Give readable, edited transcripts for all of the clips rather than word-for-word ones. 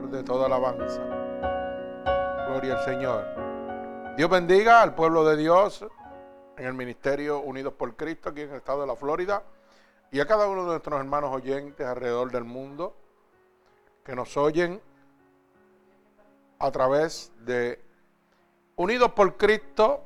merecedor de toda alabanza. Gloria al Señor. Dios bendiga al pueblo de Dios en el Ministerio Unidos por Cristo aquí en el estado de la Florida y a cada uno de nuestros hermanos oyentes alrededor del mundo que nos oyen a través de Unidos por Cristo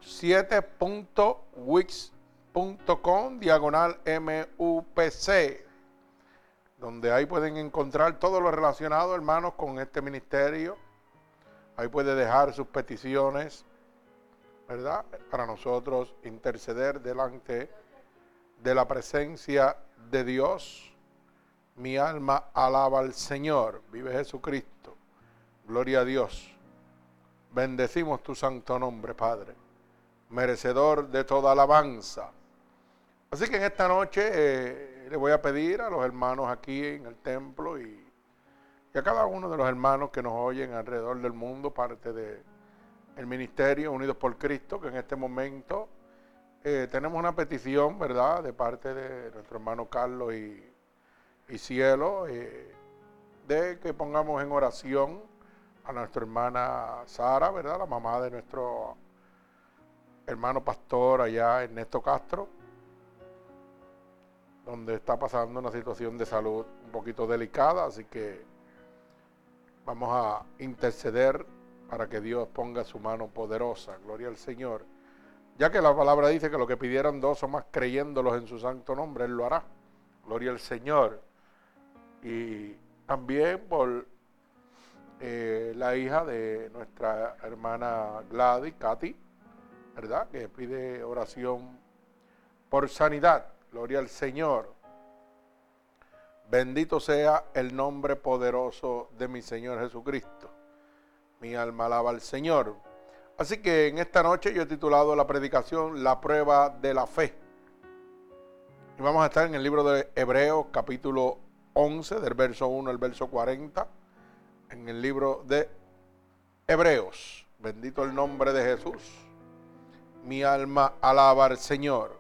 7.wix.com/MUPC, donde ahí pueden encontrar todo lo relacionado, hermanos, con este ministerio. Ahí puede dejar sus peticiones, ¿verdad?, para nosotros interceder delante de la presencia de Dios. Mi alma alaba al Señor. Vive Jesucristo. Gloria a Dios. Bendecimos tu santo nombre, Padre, merecedor de toda alabanza. Así que en esta noche le voy a pedir a los hermanos aquí en el templo y a cada uno de los hermanos que nos oyen alrededor del mundo, parte del Ministerio Unidos por Cristo, que en este momento tenemos una petición, ¿verdad?, de parte de nuestro hermano Carlos y Cielo, de que pongamos en oración a nuestra hermana Sara, ¿verdad?, la mamá de nuestro hermano pastor allá, Ernesto Castro, donde está pasando una situación de salud un poquito delicada, así que vamos a interceder para que Dios ponga su mano poderosa. Gloria al Señor. Ya que la palabra dice que lo que pidieran dos o más creyéndolos en su santo nombre, Él lo hará. Gloria al Señor. Y también por la hija de nuestra hermana Gladys, Katy, ¿verdad?, que pide oración por sanidad. Gloria al Señor. Bendito sea el nombre poderoso de mi Señor Jesucristo. Mi alma alaba al Señor. Así que en esta noche yo he titulado la predicación La prueba de la fe. Y vamos a estar en el libro de Hebreos, capítulo 11, del verso 1 al verso 40. En el libro de Hebreos. Bendito el nombre de Jesús. Mi alma alaba al Señor.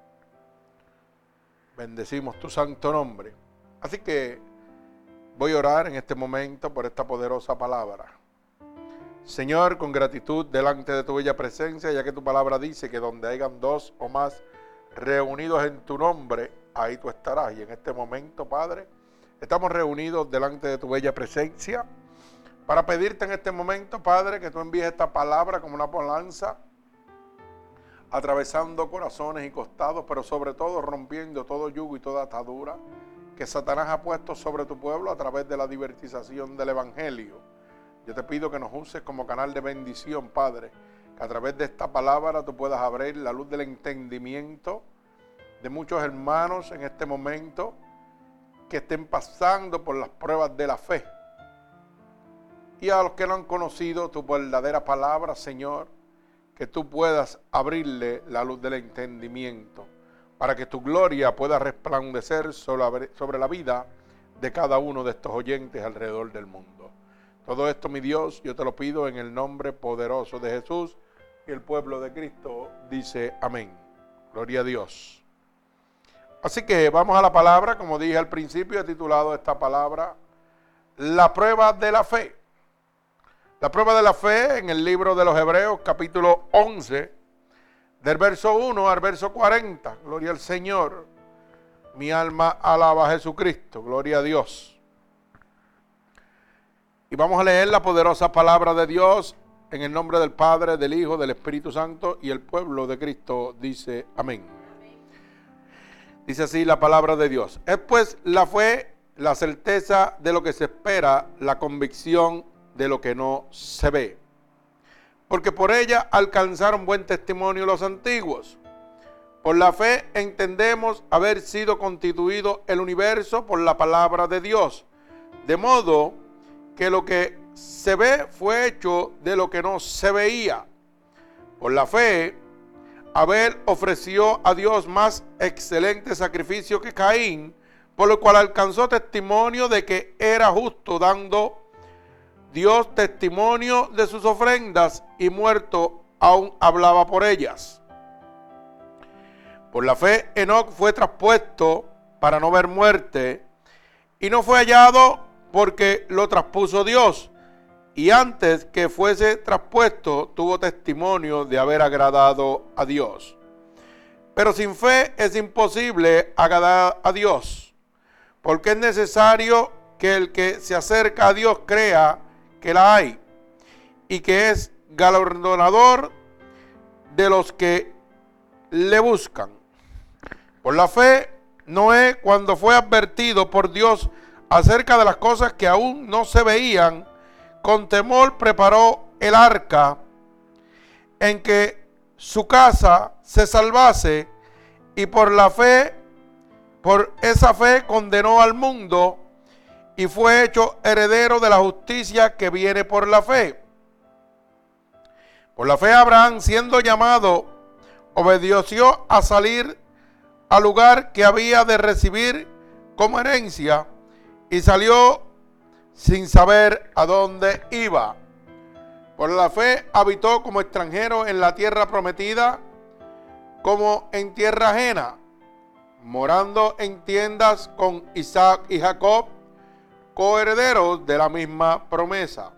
Bendecimos tu santo nombre. Así que voy a orar en este momento por esta poderosa palabra. Señor, con gratitud delante de tu bella presencia, ya que tu palabra dice que donde hayan dos o más reunidos en tu nombre, ahí tú estarás. Y en este momento, Padre, estamos reunidos delante de tu bella presencia para pedirte en este momento, Padre, que tú envíes esta palabra como una lanza, atravesando corazones y costados, pero sobre todo rompiendo todo yugo y toda atadura que Satanás ha puesto sobre tu pueblo a través de la divertización del Evangelio. Yo te pido que nos uses como canal de bendición, Padre, que a través de esta palabra tú puedas abrir la luz del entendimiento de muchos hermanos en este momento que estén pasando por las pruebas de la fe. Y a los que no han conocido tu verdadera palabra, Señor, que tú puedas abrirle la luz del entendimiento, para que tu gloria pueda resplandecer sobre la vida de cada uno de estos oyentes alrededor del mundo. Todo esto, mi Dios, yo te lo pido en el nombre poderoso de Jesús, y el pueblo de Cristo dice amén. Gloria a Dios. Así que vamos a la palabra. Como dije al principio, he titulado esta palabra La prueba de la fe. La prueba de la fe en el libro de los Hebreos, capítulo 11, del verso 1 al verso 40. Gloria al Señor. Mi alma alaba a Jesucristo. Gloria a Dios. Y vamos a leer la poderosa palabra de Dios en el nombre del Padre, del Hijo, del Espíritu Santo, y el pueblo de Cristo dice amén. Dice así la palabra de Dios. Es pues la fe, la certeza de lo que se espera, la convicción de lo que no se ve. Porque por ella alcanzaron buen testimonio los antiguos. Por la fe entendemos haber sido constituido el universo por la palabra de Dios, de modo que lo que se ve fue hecho de lo que no se veía. Por la fe, Abel ofreció a Dios más excelente sacrificio que Caín, por lo cual alcanzó testimonio de que era justo, dando Dios testimonio de sus ofrendas, y muerto aún hablaba por ellas. Por la fe Enoc fue traspuesto para no ver muerte, y no fue hallado porque lo traspuso Dios, y antes que fuese traspuesto tuvo testimonio de haber agradado a Dios. Pero sin fe es imposible agradar a Dios, porque es necesario que el que se acerca a Dios crea que la hay, y que es galardonador de los que le buscan. Por la fe, Noé, cuando fue advertido por Dios acerca de las cosas que aún no se veían, con temor preparó el arca en que su casa se salvase, y por la fe, por esa fe condenó al mundo y fue hecho heredero de la justicia que viene por la fe. Por la fe Abraham, siendo llamado, obedeció a salir al lugar que había de recibir como herencia, y salió sin saber a dónde iba. Por la fe habitó como extranjero en la tierra prometida, como en tierra ajena, morando en tiendas con Isaac y Jacob, coherederos de la misma promesa.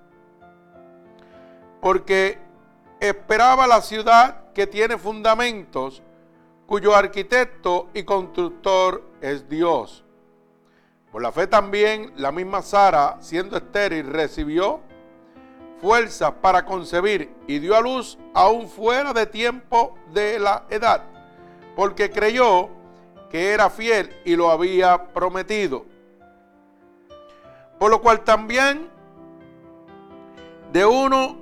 Porque esperaba la ciudad que tiene fundamentos, cuyo arquitecto y constructor es Dios. Por la fe también la misma Sara, siendo estéril, recibió fuerzas para concebir y dio a luz aún fuera de tiempo de la edad, porque creyó que era fiel y lo había prometido. Por lo cual también de uno,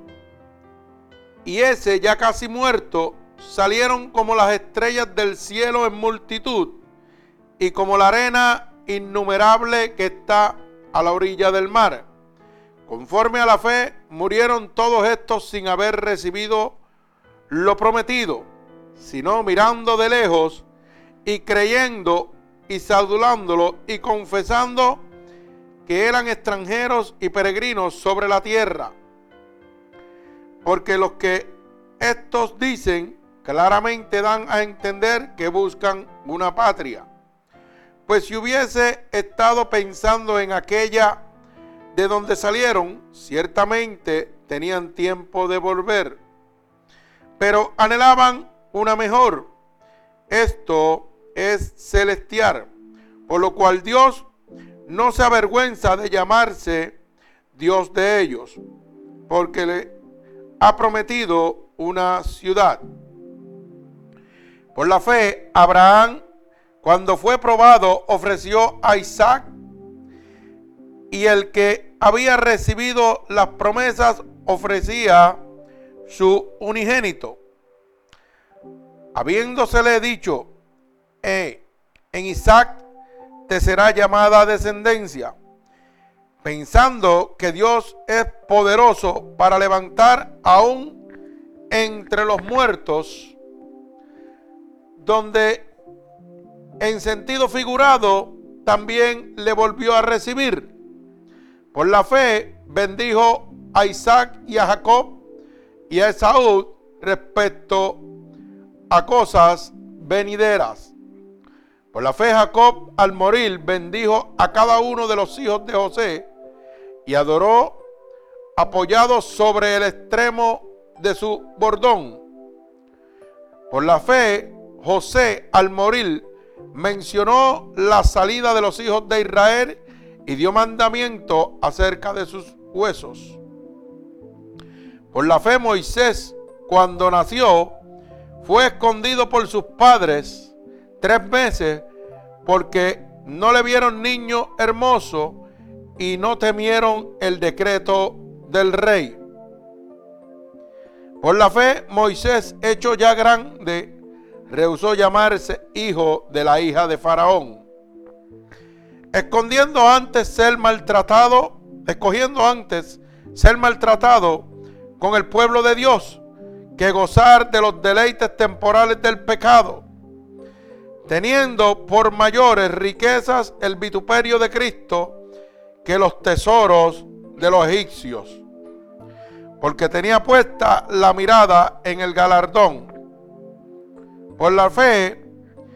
y ese ya casi muerto, salieron como las estrellas del cielo en multitud, y como la arena innumerable que está a la orilla del mar. Conforme a la fe, murieron todos estos sin haber recibido lo prometido, sino mirando de lejos y creyendo y saludándolo y confesando que eran extranjeros y peregrinos sobre la tierra. Porque los que estos dicen claramente dan a entender que buscan una patria. Pues si hubiese estado pensando en aquella de donde salieron, ciertamente tenían tiempo de volver, pero anhelaban una mejor. Esto es celestial, por lo cual Dios no se avergüenza de llamarse Dios de ellos, porque le ha prometido una ciudad. Por la fe, Abraham, cuando fue probado, ofreció a Isaac, y el que había recibido las promesas ofrecía su unigénito, habiéndosele dicho, en Isaac te será llamada descendencia, pensando que Dios es poderoso para levantar aún entre los muertos, donde en sentido figurado también le volvió a recibir. Por la fe bendijo a Isaac y a Jacob y a Esaú respecto a cosas venideras. Por la fe Jacob al morir bendijo a cada uno de los hijos de José y adoró apoyado sobre el extremo de su bordón. Por la fe José al morir mencionó la salida de los hijos de Israel y dio mandamiento acerca de sus huesos. Por la fe Moisés, cuando nació, fue escondido por sus padres 3 meses, porque no le vieron niño hermoso y no temieron el decreto del rey. Por la fe Moisés, hecho ya grande, rehusó llamarse hijo de la hija de Faraón, escogiendo antes ser maltratado con el pueblo de Dios, que gozar de los deleites temporales del pecado, teniendo por mayores riquezas el vituperio de Cristo que los tesoros de los egipcios, porque tenía puesta la mirada en el galardón. Por la fe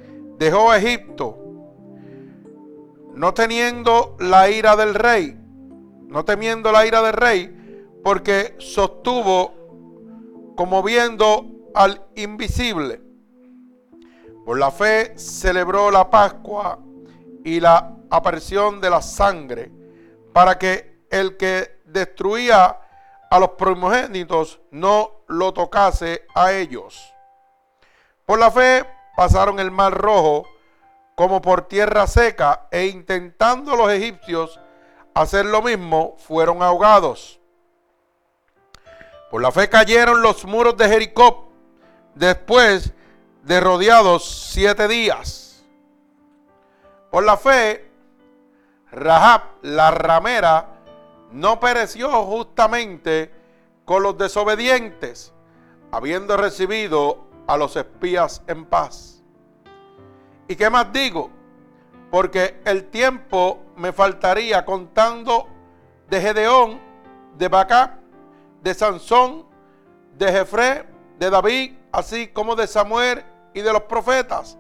dejó Egipto, no teniendo la ira del rey, no temiendo la ira del rey, porque sostuvo como viendo al invisible. Por la fe celebró la Pascua y la aspersión de la sangre, para que el que destruía a los primogénitos no lo tocase a ellos. Por la fe pasaron el mar Rojo como por tierra seca, e intentando los egipcios hacer lo mismo, fueron ahogados. Por la fe cayeron los muros de Jericó después de rodeados 7 días. Por la fe, Rahab, la ramera, no pereció justamente con los desobedientes, habiendo recibido a los espías en paz. ¿Y qué más digo? Porque el tiempo me faltaría contando de Gedeón, de Bacac, de Sansón, de Jefré, de David, así como de Samuel y de los profetas,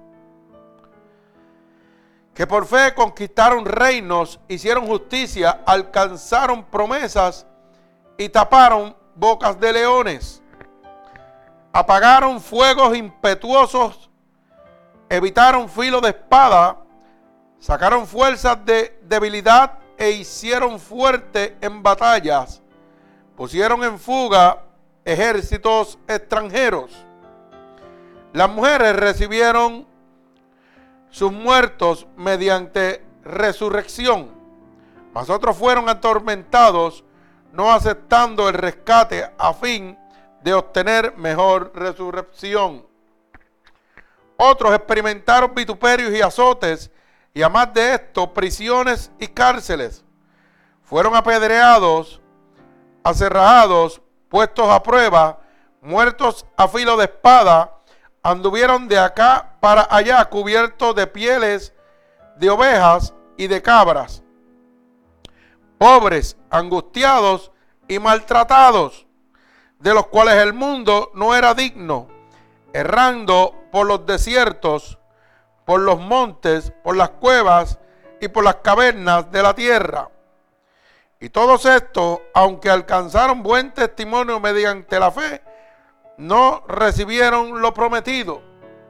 que por fe conquistaron reinos, hicieron justicia, alcanzaron promesas y taparon bocas de leones, apagaron fuegos impetuosos, evitaron filo de espada, sacaron fuerzas de debilidad e hicieron fuerte en batallas, pusieron en fuga ejércitos extranjeros. Las mujeres recibieron sus muertos mediante resurrección, mas otros fueron atormentados, no aceptando el rescate a fin de obtener mejor resurrección. Otros experimentaron vituperios y azotes, y además de esto, prisiones y cárceles. Fueron apedreados, aserrajados, puestos a prueba, muertos a filo de espada, anduvieron de acá para allá cubiertos de pieles de ovejas y de cabras, pobres, angustiados y maltratados, de los cuales el mundo no era digno, errando por los desiertos, por los montes, por las cuevas y por las cavernas de la tierra. Y todos estos, aunque alcanzaron buen testimonio mediante la fe, no recibieron lo prometido,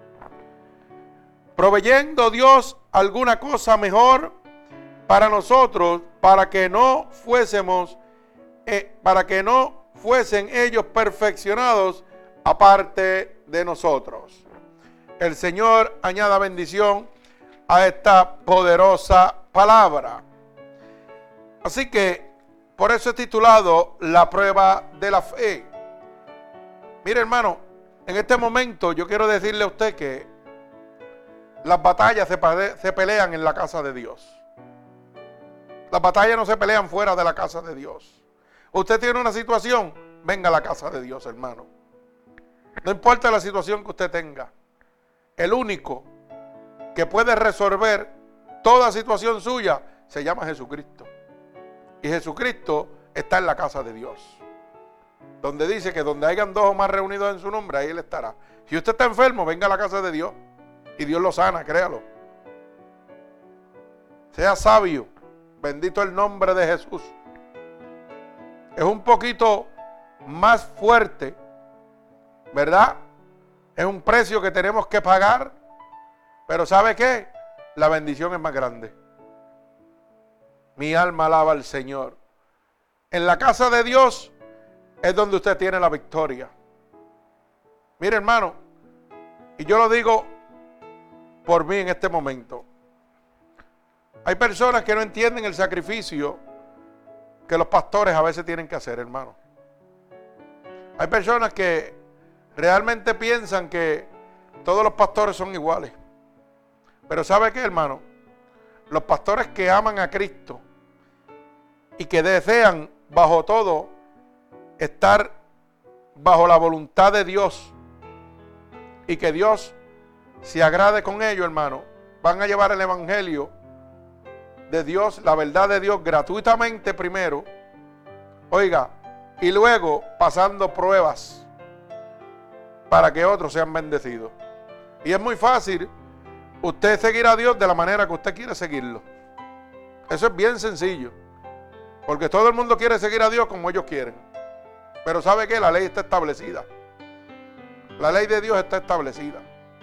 proveyendo Dios alguna cosa mejor para nosotros, para que no fuesen ellos perfeccionados aparte de nosotros. El Señor añada bendición a esta poderosa palabra. Así que por eso he titulado La prueba de la fe. Mire, hermano, en este momento yo quiero decirle a usted que las batallas se pelean en la casa de Dios. Las batallas no se pelean fuera de la casa de Dios. Usted tiene una situación, venga a la casa de Dios, hermano. No importa la situación que usted tenga. El único que puede resolver toda situación suya se llama Jesucristo. Y Jesucristo está en la casa de Dios, donde dice que donde hayan 2 o más reunidos en su nombre, ahí Él estará. Si usted está enfermo, venga a la casa de Dios y Dios lo sana, créalo. Sea sabio, bendito el nombre de Jesús. Es un poquito más fuerte, ¿verdad? Es un precio que tenemos que pagar, pero ¿sabe qué? La bendición es más grande. Mi alma alaba al Señor. En la casa de Dios es donde usted tiene la victoria. Mire, hermano, y yo lo digo por mí en este momento. Hay personas que no entienden el sacrificio que los pastores a veces tienen que hacer, hermano. Hay personas que realmente piensan que todos los pastores son iguales. Pero ¿sabe qué, hermano? Los pastores que aman a Cristo y que desean bajo todo estar bajo la voluntad de Dios y que Dios se agrade con ellos, hermano, van a llevar el evangelio de Dios, la verdad de Dios gratuitamente primero, oiga, y luego pasando pruebas para que otros sean bendecidos. Y es muy fácil usted seguir a Dios de la manera que usted quiere seguirlo. Eso es bien sencillo. Porque todo el mundo quiere seguir a Dios como ellos quieren. Pero ¿sabe qué? La ley está establecida. La ley de Dios está establecida.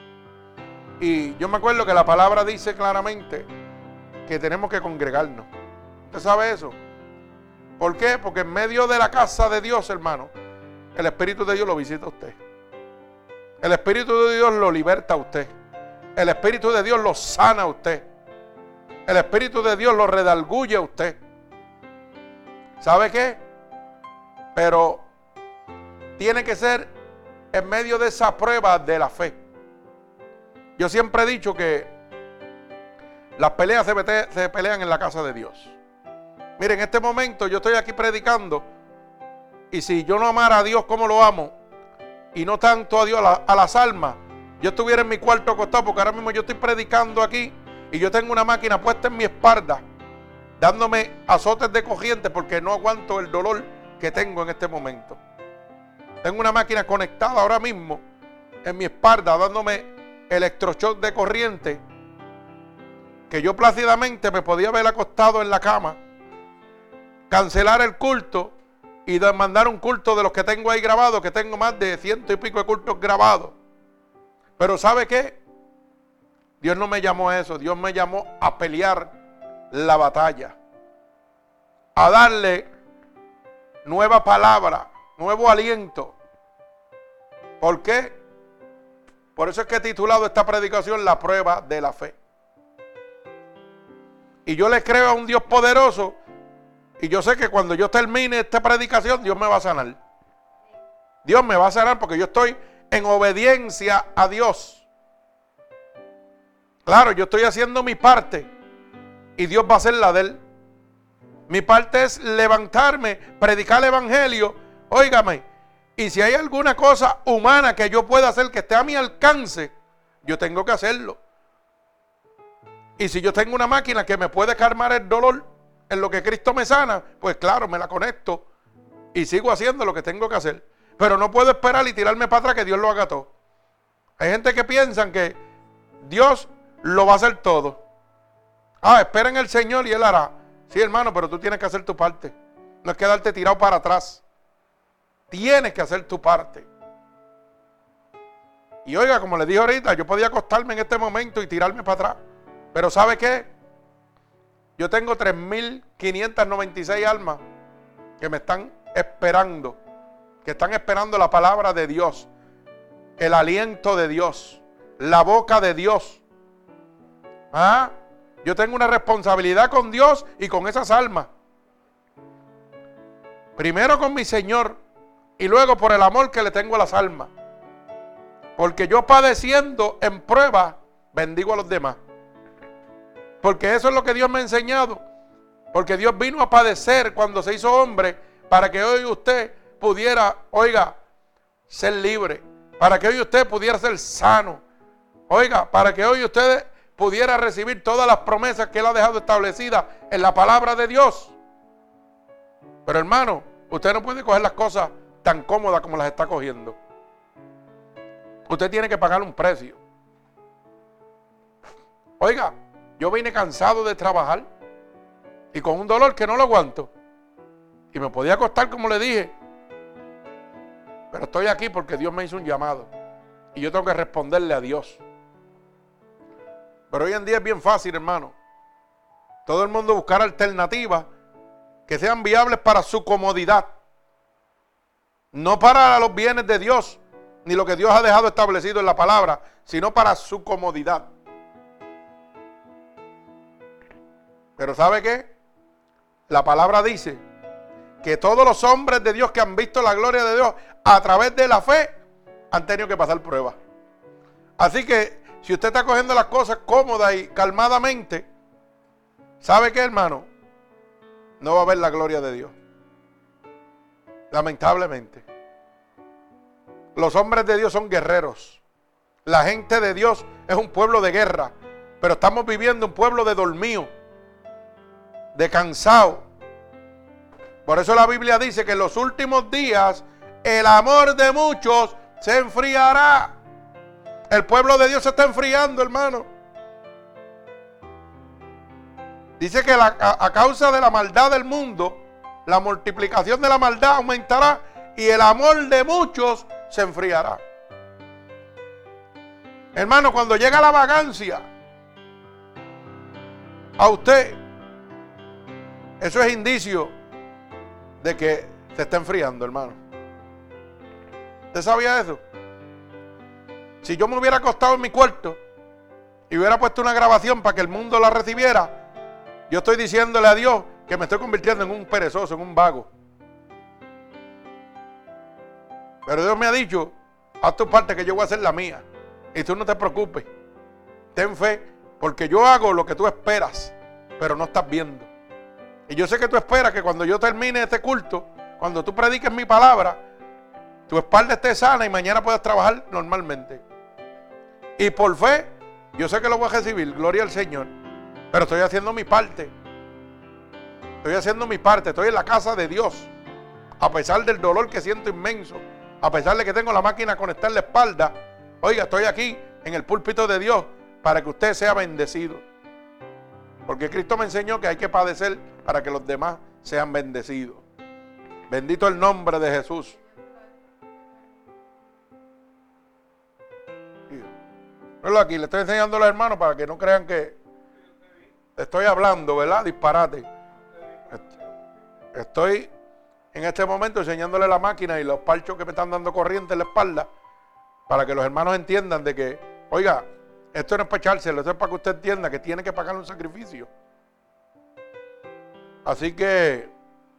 Y yo me acuerdo que la palabra dice claramente que tenemos que congregarnos. ¿Usted sabe eso? ¿Por qué? Porque en medio de la casa de Dios, hermano, el Espíritu de Dios lo visita a usted. El Espíritu de Dios lo liberta a usted. El Espíritu de Dios lo sana a usted. El Espíritu de Dios lo redarguye a usted. ¿Sabe qué? Pero tiene que ser en medio de esa prueba de la fe. Yo siempre he dicho que las peleas se pelean en la casa de Dios. Miren, en este momento yo estoy aquí predicando, y si yo no amara a Dios como lo amo, y no tanto a Dios, a las almas, yo estuviera en mi cuarto acostado, porque ahora mismo yo estoy predicando aquí, y yo tengo una máquina puesta en mi espalda, dándome azotes de corriente, porque no aguanto el dolor que tengo en este momento. Tengo una máquina conectada ahora mismo en mi espalda, dándome electroshock de corriente, que yo plácidamente me podía haber acostado en la cama, cancelar el culto y mandar un culto de los que tengo ahí grabados, que tengo más de 100 y pico de cultos grabados. Pero ¿sabe qué? Dios no me llamó a eso. Dios me llamó a pelear la batalla, a darle nueva palabra, nuevo aliento. ¿Por qué? Por eso es que he titulado esta predicación La prueba de la fe. Y yo le creo a un Dios poderoso, y yo sé que cuando yo termine esta predicación, Dios me va a sanar. Dios me va a sanar porque yo estoy en obediencia a Dios. Claro, yo estoy haciendo mi parte y Dios va a hacer la de Él. Mi parte es levantarme, predicar el evangelio. Óigame, y si hay alguna cosa humana que yo pueda hacer que esté a mi alcance, yo tengo que hacerlo. Y si yo tengo una máquina que me puede calmar el dolor en lo que Cristo me sana, pues claro, me la conecto y sigo haciendo lo que tengo que hacer. Pero no puedo esperar y tirarme para atrás que Dios lo haga todo. Hay gente que piensa que Dios lo va a hacer todo. Espera en el Señor y Él hará. Sí, hermano, pero tú tienes que hacer tu parte. No es quedarte tirado para atrás. Tienes que hacer tu parte. Y oiga, como le dije ahorita, yo podía acostarme en este momento y tirarme para atrás. Pero ¿sabe qué? Yo tengo 3.596 almas que me están esperando. Que están esperando la palabra de Dios. El aliento de Dios. La boca de Dios. Yo tengo una responsabilidad con Dios y con esas almas. Primero con mi Señor y luego por el amor que le tengo a las almas. Porque yo padeciendo en prueba bendigo a los demás. Porque eso es lo que Dios me ha enseñado. Porque Dios vino a padecer cuando se hizo hombre para que hoy usted pudiera, ser libre. Para que hoy usted pudiera ser sano. Para que hoy usted pudiera recibir todas las promesas que Él ha dejado establecidas en la palabra de Dios. Pero hermano, usted no puede coger las cosas tan cómodas como las está cogiendo. Usted tiene que pagar un precio. Yo vine cansado de trabajar y con un dolor que no lo aguanto. Y me podía acostar como le dije. Pero estoy aquí porque Dios me hizo un llamado. Y yo tengo que responderle a Dios. Pero hoy en día es bien fácil, hermano. Todo el mundo buscar alternativas que sean viables para su comodidad. No para los bienes de Dios, ni lo que Dios ha dejado establecido en la palabra, sino para su comodidad. Pero ¿sabe qué? La palabra dice que todos los hombres de Dios que han visto la gloria de Dios a través de la fe han tenido que pasar pruebas. Así que si usted está cogiendo las cosas cómodas y calmadamente, ¿sabe qué, hermano? No va a ver la gloria de Dios. Lamentablemente. Los hombres de Dios son guerreros. La gente de Dios es un pueblo de guerra. Pero estamos viviendo un pueblo de dormido, de cansado. Por eso la Biblia dice que en los últimos días el amor de muchos se enfriará. El pueblo de Dios se está enfriando, hermano. Dice que a causa de la maldad del mundo, la multiplicación de la maldad aumentará y el amor de muchos se enfriará. Hermano, cuando llega la vagancia a usted, eso es indicio de que se está enfriando, hermano. ¿Usted sabía eso? Si yo me hubiera acostado en mi cuarto y hubiera puesto una grabación para que el mundo la recibiera, yo estoy diciéndole a Dios que me estoy convirtiendo en un perezoso, en un vago. Pero Dios me ha dicho, haz tu parte que yo voy a hacer la mía. Y tú no te preocupes. Ten fe, porque yo hago lo que tú esperas, pero no estás viendo. Y yo sé que tú esperas que cuando yo termine este culto, cuando tú prediques mi palabra, tu espalda esté sana y mañana puedas trabajar normalmente. Y por fe, yo sé que lo voy a recibir, gloria al Señor. Pero estoy haciendo mi parte. Estoy haciendo mi parte, estoy en la casa de Dios. A pesar del dolor que siento inmenso, a pesar de que tengo la máquina conectada en la espalda, oiga, estoy aquí en el púlpito de Dios para que usted sea bendecido. Porque Cristo me enseñó que hay que padecer para que los demás sean bendecidos. Bendito el nombre de Jesús. Pero aquí le estoy enseñando a los hermanos para que no crean que estoy hablando, ¿verdad? Disparate. Estoy en este momento enseñándole la máquina y los parchos que me están dando corriente en la espalda para que los hermanos entiendan de que, oiga, esto no es para echárselo, esto es para que usted entienda que tiene que pagar un sacrificio. Así que,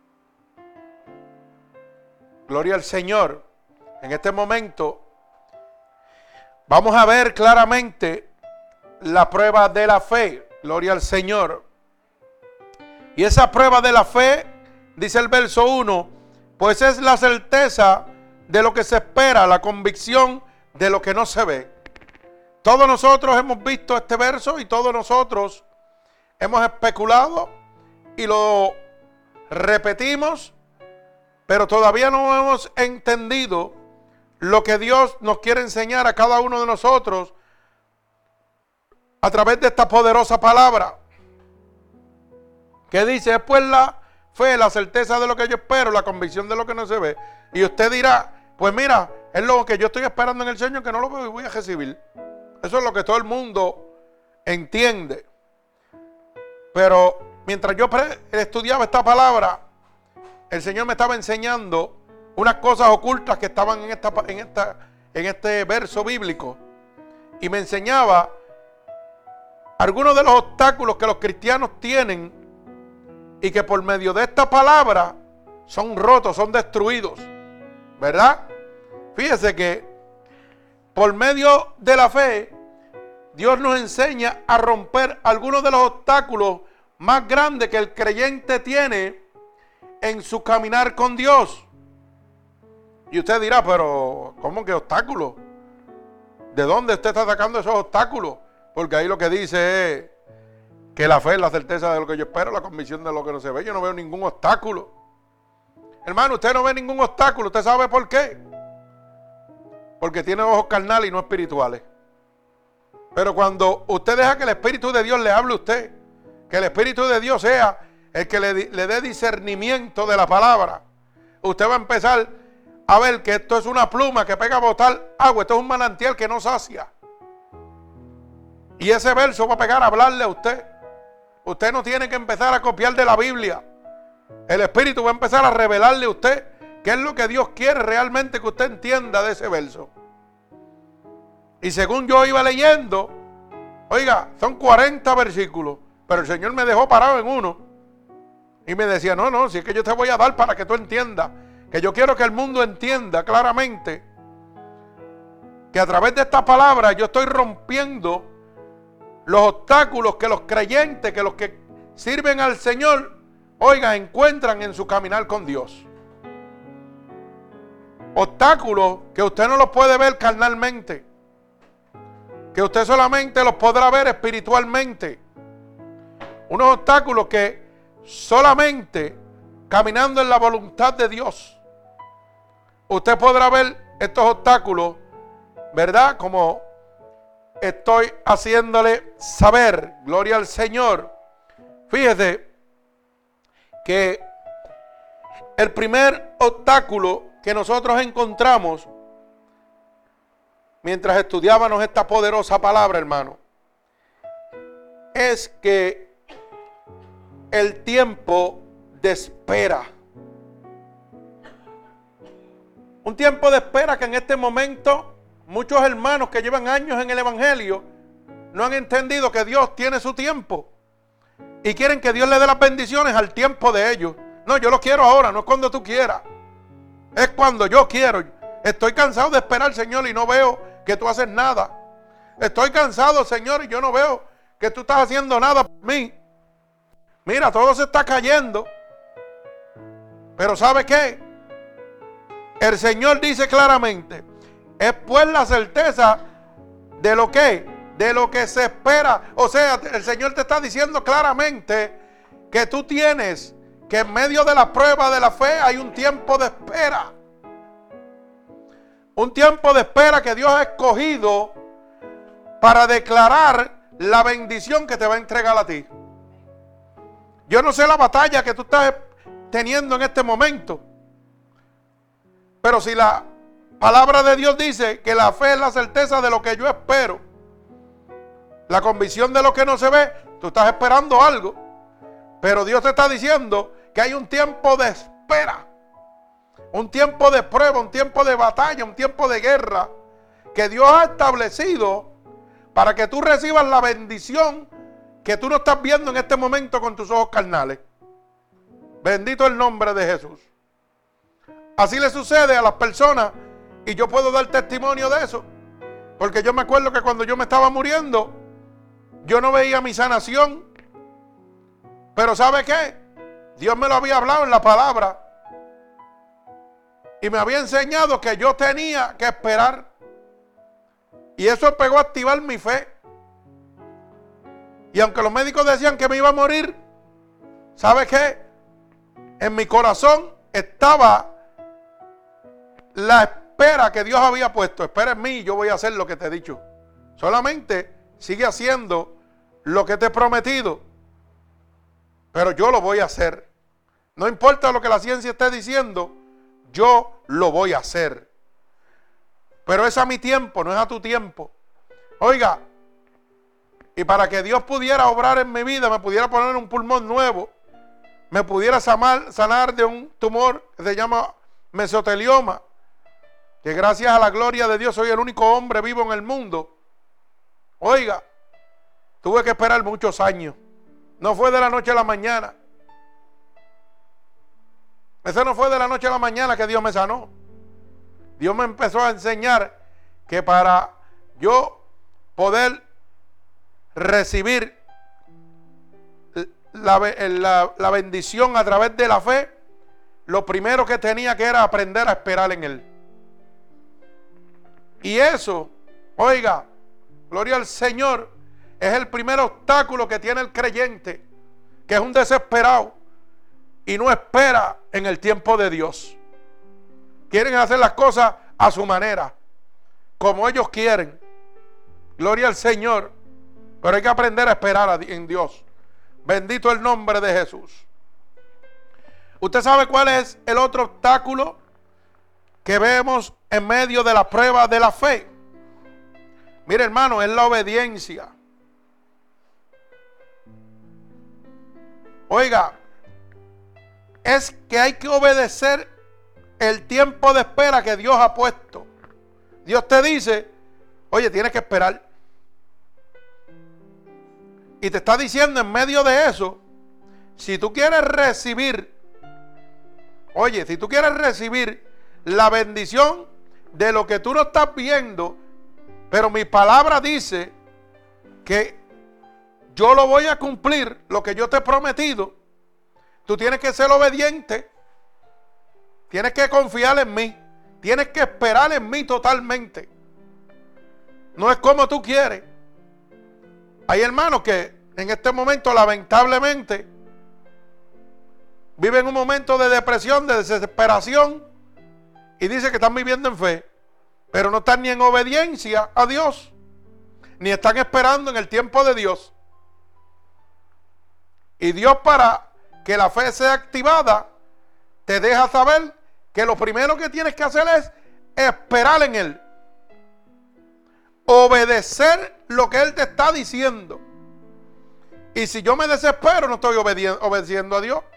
gloria al Señor. En este momento vamos a ver claramente la prueba de la fe. Gloria al Señor. Y esa prueba de la fe, dice el verso 1, pues es la certeza de lo que se espera, la convicción de lo que no se ve. Todos nosotros hemos visto este verso y todos nosotros hemos especulado y lo repetimos, pero todavía no hemos entendido lo que Dios nos quiere enseñar a cada uno de nosotros a través de esta poderosa palabra. Que dice, es pues la fe, la certeza de lo que yo espero, la convicción de lo que no se ve. Y usted dirá, pues mira, es lo que yo estoy esperando en el Señor, que no lo veo y voy a recibir. Eso es lo que todo el mundo entiende. Pero mientras yo estudiaba esta palabra, el Señor me estaba enseñando unas cosas ocultas que estaban en este verso bíblico. Y me enseñaba algunos de los obstáculos que los cristianos tienen y que por medio de esta palabra son rotos, son destruidos, ¿verdad? Fíjese que por medio de la fe Dios nos enseña a romper algunos de los obstáculos más grandes que el creyente tiene en su caminar con Dios. Y usted dirá, pero ¿cómo que obstáculos? ¿De dónde usted está sacando esos obstáculos? Porque ahí lo que dice es que la fe es la certeza de lo que yo espero, la convicción de lo que no se ve. Yo no veo ningún obstáculo. Hermano, usted no ve ningún obstáculo. ¿Usted sabe por qué? Porque tiene ojos carnales y no espirituales. Pero cuando usted deja que el Espíritu de Dios le hable a usted, que el Espíritu de Dios sea el que le dé discernimiento de la palabra, usted va a empezar a ver que esto es una pluma que pega a botar agua. Esto es un manantial que no sacia. Y ese verso va a pegar a hablarle a usted. Usted no tiene que empezar a copiar de la Biblia. El Espíritu va a empezar a revelarle a usted qué es lo que Dios quiere realmente que usted entienda de ese verso. Y según yo iba leyendo, oiga, son 40 versículos, pero el Señor me dejó parado en uno. Y me decía, no, si es que yo te voy a dar para que tú entiendas, que yo quiero que el mundo entienda claramente que a través de esta palabra yo estoy rompiendo los obstáculos que los creyentes, que los que sirven al Señor, oiga, encuentran en su caminar con Dios. Obstáculos que usted no los puede ver carnalmente, que usted solamente los podrá ver espiritualmente. Unos obstáculos que solamente caminando en la voluntad de Dios, usted podrá ver estos obstáculos, ¿verdad? Como estoy haciéndole saber, gloria al Señor. Fíjese que El primer obstáculo que nosotros encontramos mientras estudiábamos esta poderosa palabra, hermano, es que el tiempo de espera. Un tiempo de espera que en este momento muchos hermanos que llevan años en el evangelio no han entendido que Dios tiene su tiempo y quieren que Dios le dé las bendiciones al tiempo de ellos. No, yo lo quiero ahora, no es cuando tú quieras, es cuando yo quiero. Estoy cansado de esperar, Señor, y no veo que tú haces nada. Estoy cansado, Señor, y yo no veo que tú estás haciendo nada por mí. Mira, todo se está cayendo. Pero ¿sabe qué? El Señor dice claramente, es pues la certeza de lo que se espera. O sea, el Señor te está diciendo claramente que tú tienes que en medio de la prueba de la fe hay un tiempo de espera. Un tiempo de espera que Dios ha escogido para declarar la bendición que te va a entregar a ti. Yo no sé la batalla que tú estás teniendo en este momento, pero si la palabra de Dios dice que la fe es la certeza de lo que yo espero, la convicción de lo que no se ve, tú estás esperando algo, pero Dios te está diciendo que hay un tiempo de espera, un tiempo de prueba, un tiempo de batalla, un tiempo de guerra que Dios ha establecido para que tú recibas la bendición que tú no estás viendo en este momento con tus ojos carnales. Bendito el nombre de Jesús. Así le sucede a las personas y yo puedo dar testimonio de eso, porque yo me acuerdo que cuando yo me estaba muriendo yo no veía mi sanación, pero ¿sabe qué? Dios me lo había hablado en la palabra y me había enseñado que yo tenía que esperar, y eso pegó a activar mi fe. Y aunque los médicos decían que me iba a morir, ¿sabe qué? En mi corazón estaba la espera que Dios había puesto. Espera en mí, yo voy a hacer lo que te he dicho. Solamente sigue haciendo lo que te he prometido, pero yo lo voy a hacer. No importa lo que la ciencia esté diciendo, yo lo voy a hacer. Pero es a mi tiempo, no es a tu tiempo. Oiga, y para que Dios pudiera obrar en mi vida, me pudiera poner un pulmón nuevo, me pudiera sanar de un tumor que se llama mesotelioma, que gracias a la gloria de Dios soy el único hombre vivo en el mundo. Oiga, tuve que esperar muchos años. No fue de la noche a la mañana. Eso no fue de la noche a la mañana que Dios me sanó. Dios me empezó a enseñar que para yo poder recibir la bendición a través de la fe, lo primero que tenía que era aprender a esperar en Él. Y eso, oiga, gloria al Señor, es el primer obstáculo que tiene el creyente, que es un desesperado y no espera en el tiempo de Dios. Quieren hacer las cosas a su manera, como ellos quieren. Gloria al Señor. Pero hay que aprender a esperar en Dios. Bendito el nombre de Jesús. ¿Usted sabe cuál es el otro obstáculo que vemos en medio de la prueba de la fe? Mire, hermano, es la obediencia. Oiga, es que hay que obedecer el tiempo de espera que Dios ha puesto. Dios te dice, oye, tienes que esperar. Y te está diciendo en medio de eso, si tú quieres recibir, oye, si tú quieres recibir la bendición de lo que tú no estás viendo, pero mi palabra dice que yo lo voy a cumplir, lo que yo te he prometido, tú tienes que ser obediente, tienes que confiar en mí, tienes que esperar en mí totalmente. No es como tú quieres. Hay hermanos que en este momento lamentablemente viven un momento de depresión, de desesperación, y dicen que están viviendo en fe, pero no están ni en obediencia a Dios, ni están esperando en el tiempo de Dios. Y Dios, para que la fe sea activada, te deja saber que lo primero que tienes que hacer es esperar en Él. Obedecer lo que Él te está diciendo. Y si yo me desespero, no estoy obedeciendo a Dios.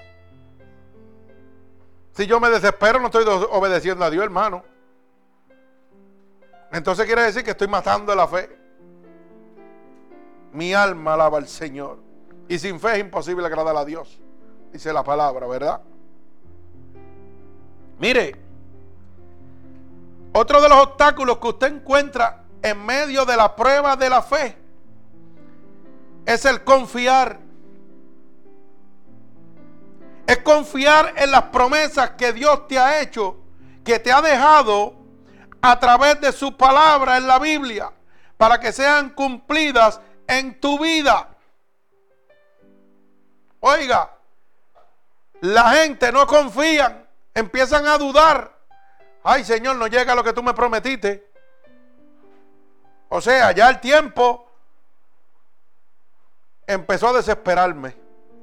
Si yo me desespero, no estoy obedeciendo a Dios, hermano. Entonces quiere decir que estoy matando la fe. Mi alma alaba al Señor. Y sin fe es imposible agradar a Dios. Dice la palabra, ¿verdad? Mire, otro de los obstáculos que usted encuentra en medio de la prueba de la fe es el confiar. Es confiar en las promesas que Dios te ha hecho, que te ha dejado a través de su palabra en la Biblia, para que sean cumplidas en tu vida. Oiga, la gente no confía, empiezan a dudar. Ay, Señor, no llega lo que tú me prometiste. O sea, ya el tiempo empezó a desesperarme.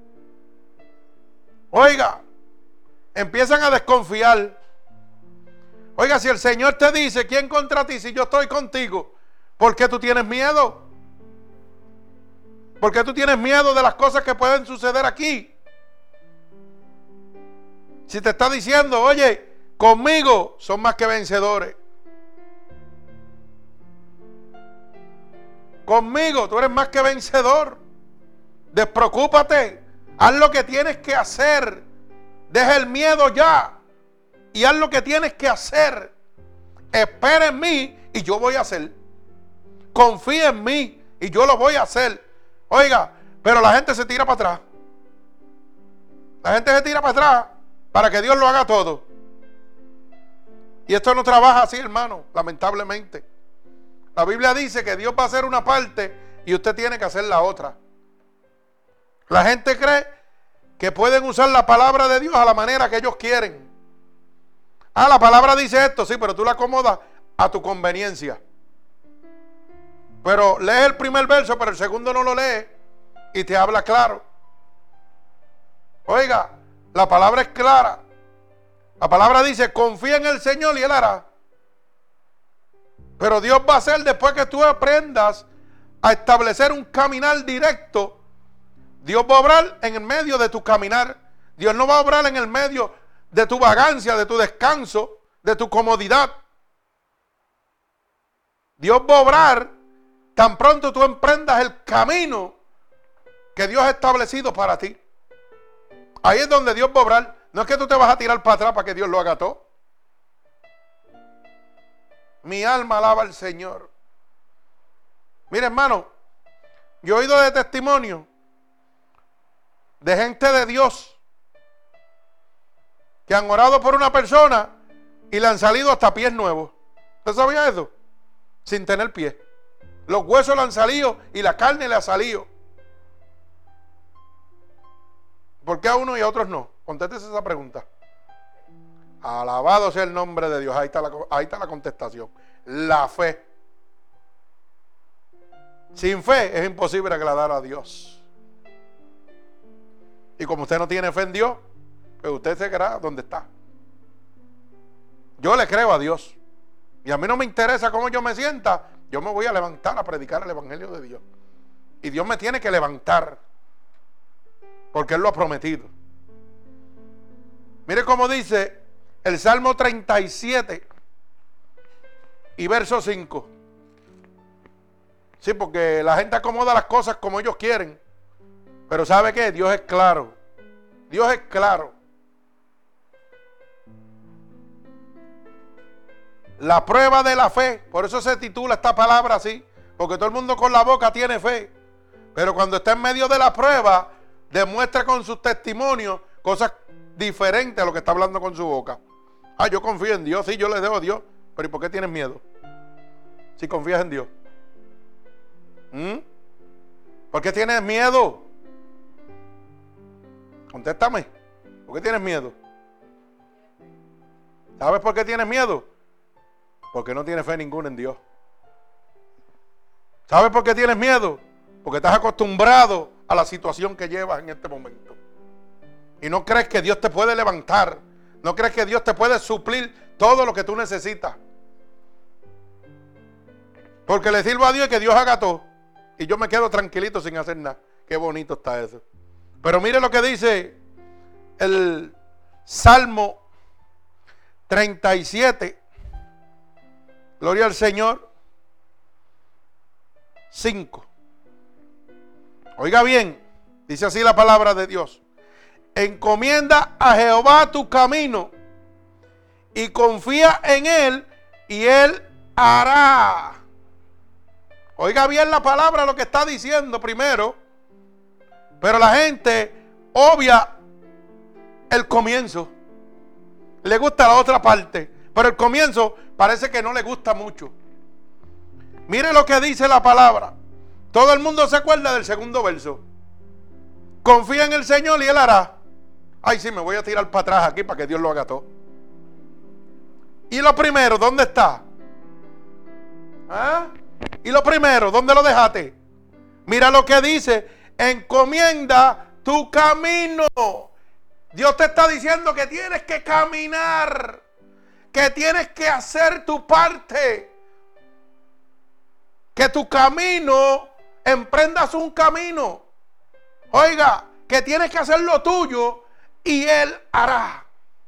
Oiga, empiezan a desconfiar. Oiga, si el Señor te dice, ¿quién contra ti si yo estoy contigo? ¿Por qué tú tienes miedo? ¿Por qué tú tienes miedo de las cosas que pueden suceder aquí? Si te está diciendo, oye, conmigo son más que vencedores. Conmigo tú eres más que vencedor. Despreocúpate. Haz lo que tienes que hacer. Deja el miedo ya. Y haz lo que tienes que hacer. Espera en mí y yo voy a hacer. Confía en mí y yo lo voy a hacer. Oiga, pero la gente se tira para atrás. La gente se tira para atrás para que Dios lo haga todo. Y esto no trabaja así, hermano, lamentablemente. La Biblia dice que Dios va a hacer una parte y usted tiene que hacer la otra. La gente cree que pueden usar la palabra de Dios a la manera que ellos quieren. Ah, la palabra dice esto, sí, pero tú la acomodas a tu conveniencia. Pero lees el primer verso, pero el segundo no lo lees y te habla claro. Oiga, la palabra es clara. La palabra dice, confía en el Señor y Él hará. Pero Dios va a hacer después que tú aprendas a establecer un caminar directo. Dios va a obrar en el medio de tu caminar. Dios no va a obrar en el medio de tu vagancia, de tu descanso, de tu comodidad. Dios va a obrar tan pronto tú emprendas el camino que Dios ha establecido para ti. Ahí es donde Dios va a obrar. No es que tú te vas a tirar para atrás para que Dios lo haga todo. Mi alma alaba al Señor. Mire, hermano, yo he oído de testimonio de gente de Dios que han orado por una persona y le han salido hasta pies nuevos. ¿Usted sabía eso? Sin tener pies. Los huesos le han salido y la carne le ha salido. ¿Por qué a uno y a otros no? Contéstese esa pregunta. Alabado sea el nombre de Dios. Ahí está la contestación. La fe. Sin fe es imposible agradar a Dios. Y como usted no tiene fe en Dios, pues usted se quedará donde está. Yo le creo a Dios. Y a mí no me interesa cómo yo me sienta. Yo me voy a levantar a predicar el evangelio de Dios. Y Dios me tiene que levantar. Porque Él lo ha prometido. Mire cómo dice el Salmo 37 y verso 5. Sí, porque la gente acomoda las cosas como ellos quieren. Pero ¿sabe qué? Dios es claro. Dios es claro. La prueba de la fe. Por eso se titula esta palabra así. Porque todo el mundo con la boca tiene fe. Pero cuando está en medio de la prueba, demuestra con sus testimonios cosas diferentes a lo que está hablando con su boca. Ah, yo confío en Dios. Sí, yo le debo a Dios. Pero ¿y por qué tienes miedo? Si confías en Dios. ¿Por qué tienes miedo? Contéstame. ¿Por qué tienes miedo? ¿Sabes por qué tienes miedo? Porque no tienes fe ninguna en Dios. ¿Sabes por qué tienes miedo? Porque estás acostumbrado a la situación que llevas en este momento. Y no crees que Dios te puede levantar. No crees que Dios te puede suplir todo lo que tú necesitas. Porque le sirvo a Dios y que Dios haga todo. Y yo me quedo tranquilito sin hacer nada. Qué bonito está eso. Pero mire lo que dice el Salmo 37. Gloria al Señor. 5. Oiga bien, dice así la palabra de Dios. Encomienda a Jehová tu camino y confía en Él y Él hará. Oiga bien la palabra, lo que está diciendo primero. Pero la gente obvia el comienzo. Le gusta la otra parte. Pero el comienzo parece que no le gusta mucho. Mire lo que dice la palabra. Todo el mundo se acuerda del segundo verso. Confía en el Señor y Él hará. Ay, sí, me voy a tirar para atrás aquí para que Dios lo haga todo. Y lo primero, ¿dónde está? ¿Ah? Y lo primero, ¿dónde lo dejaste? Mira lo que dice. Encomienda tu camino. Dios te está diciendo que tienes que caminar. Que tienes que hacer tu parte. Que tu camino, emprendas un camino. Oiga, que tienes que hacer lo tuyo y Él hará.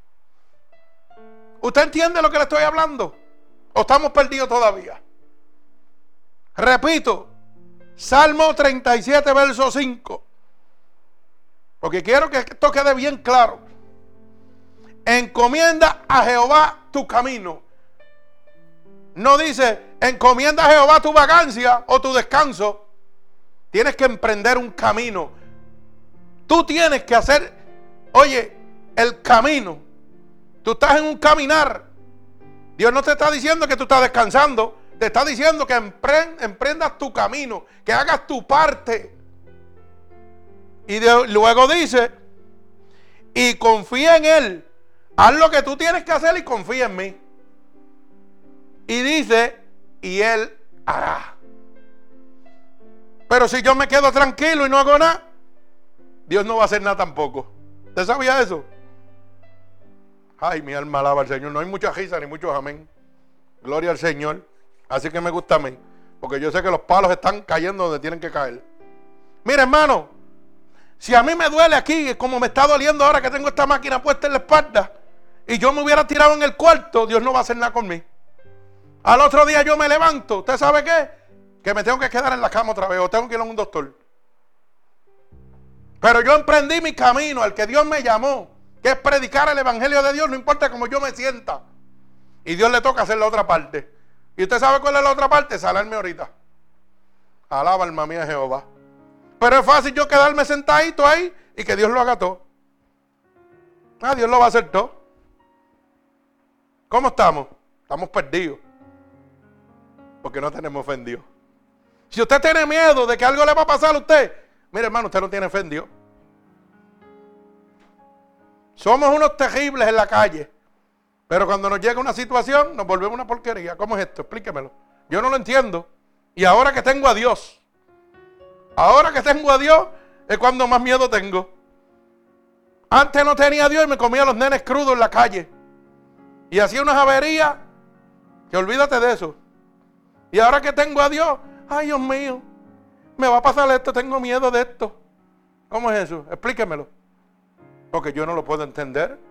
¿Usted entiende lo que le estoy hablando? ¿O estamos perdidos todavía? Repito, Salmo 37, verso 5. Porque quiero que esto quede bien claro. Encomienda a Jehová tu camino. No dice, encomienda a Jehová tu vacancia o tu descanso. Tienes que emprender un camino. Tú tienes que hacer, oye, el camino. Tú estás en un caminar. Dios no te está diciendo que tú estás descansando. Te está diciendo que emprendas tu camino, que hagas tu parte. Y luego dice, y confía en Él. Haz lo que tú tienes que hacer y confía en mí. Y dice, y Él hará. Pero si yo me quedo tranquilo y no hago nada, Dios no va a hacer nada tampoco. ¿Usted sabía eso? Ay, mi alma alaba al Señor. No hay mucha risa ni muchos amén. Gloria al Señor. Así que me gusta a mí. Porque yo sé que los palos están cayendo donde tienen que caer. Mira, hermano. Si a mí me duele aquí, como me está doliendo ahora que tengo esta máquina puesta en la espalda, y yo me hubiera tirado en el cuarto, Dios no va a hacer nada conmigo. Al otro día yo me levanto. ¿Usted sabe qué? Que me tengo que quedar en la cama otra vez o tengo que ir a un doctor. Pero yo emprendí mi camino, al que Dios me llamó, que es predicar el evangelio de Dios, no importa cómo yo me sienta. Y Dios le toca hacer la otra parte. ¿Y usted sabe cuál es la otra parte? Salarme ahorita. Alaba alma mía Jehová. Pero es fácil yo quedarme sentadito ahí y que Dios lo haga todo. Ah, Dios lo va a hacer todo. ¿Cómo estamos? Estamos perdidos. Porque no tenemos fe en Dios. Si usted tiene miedo de que algo le va a pasar a usted, mire hermano, usted no tiene fe en Dios. Somos unos terribles en la calle. Pero cuando nos llega una situación, nos volvemos una porquería. ¿Cómo es esto? Explíquemelo. Yo no lo entiendo. Y ahora que tengo a Dios, es cuando más miedo tengo. Antes no tenía a Dios y me comía los nenes crudos en la calle. Y hacía unas averías, que olvídate de eso. Y ahora que tengo a Dios, ay Dios mío, me va a pasar esto, tengo miedo de esto. ¿Cómo es eso? Explíquemelo. Porque yo no lo puedo entender.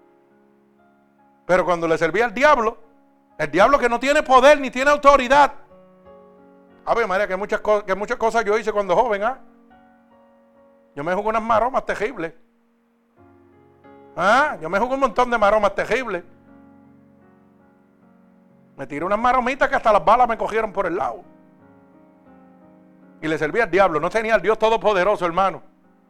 Pero cuando le servía al diablo, el diablo que no tiene poder ni tiene autoridad. A ver, María, que muchas cosas yo hice cuando joven, ¿ah? Yo me jugué unas maromas terribles. ¿Ah? Yo me jugué un montón de maromas terribles. Me tiré unas maromitas que hasta las balas me cogieron por el lado. Y le servía al diablo, no tenía al Dios Todopoderoso, hermano.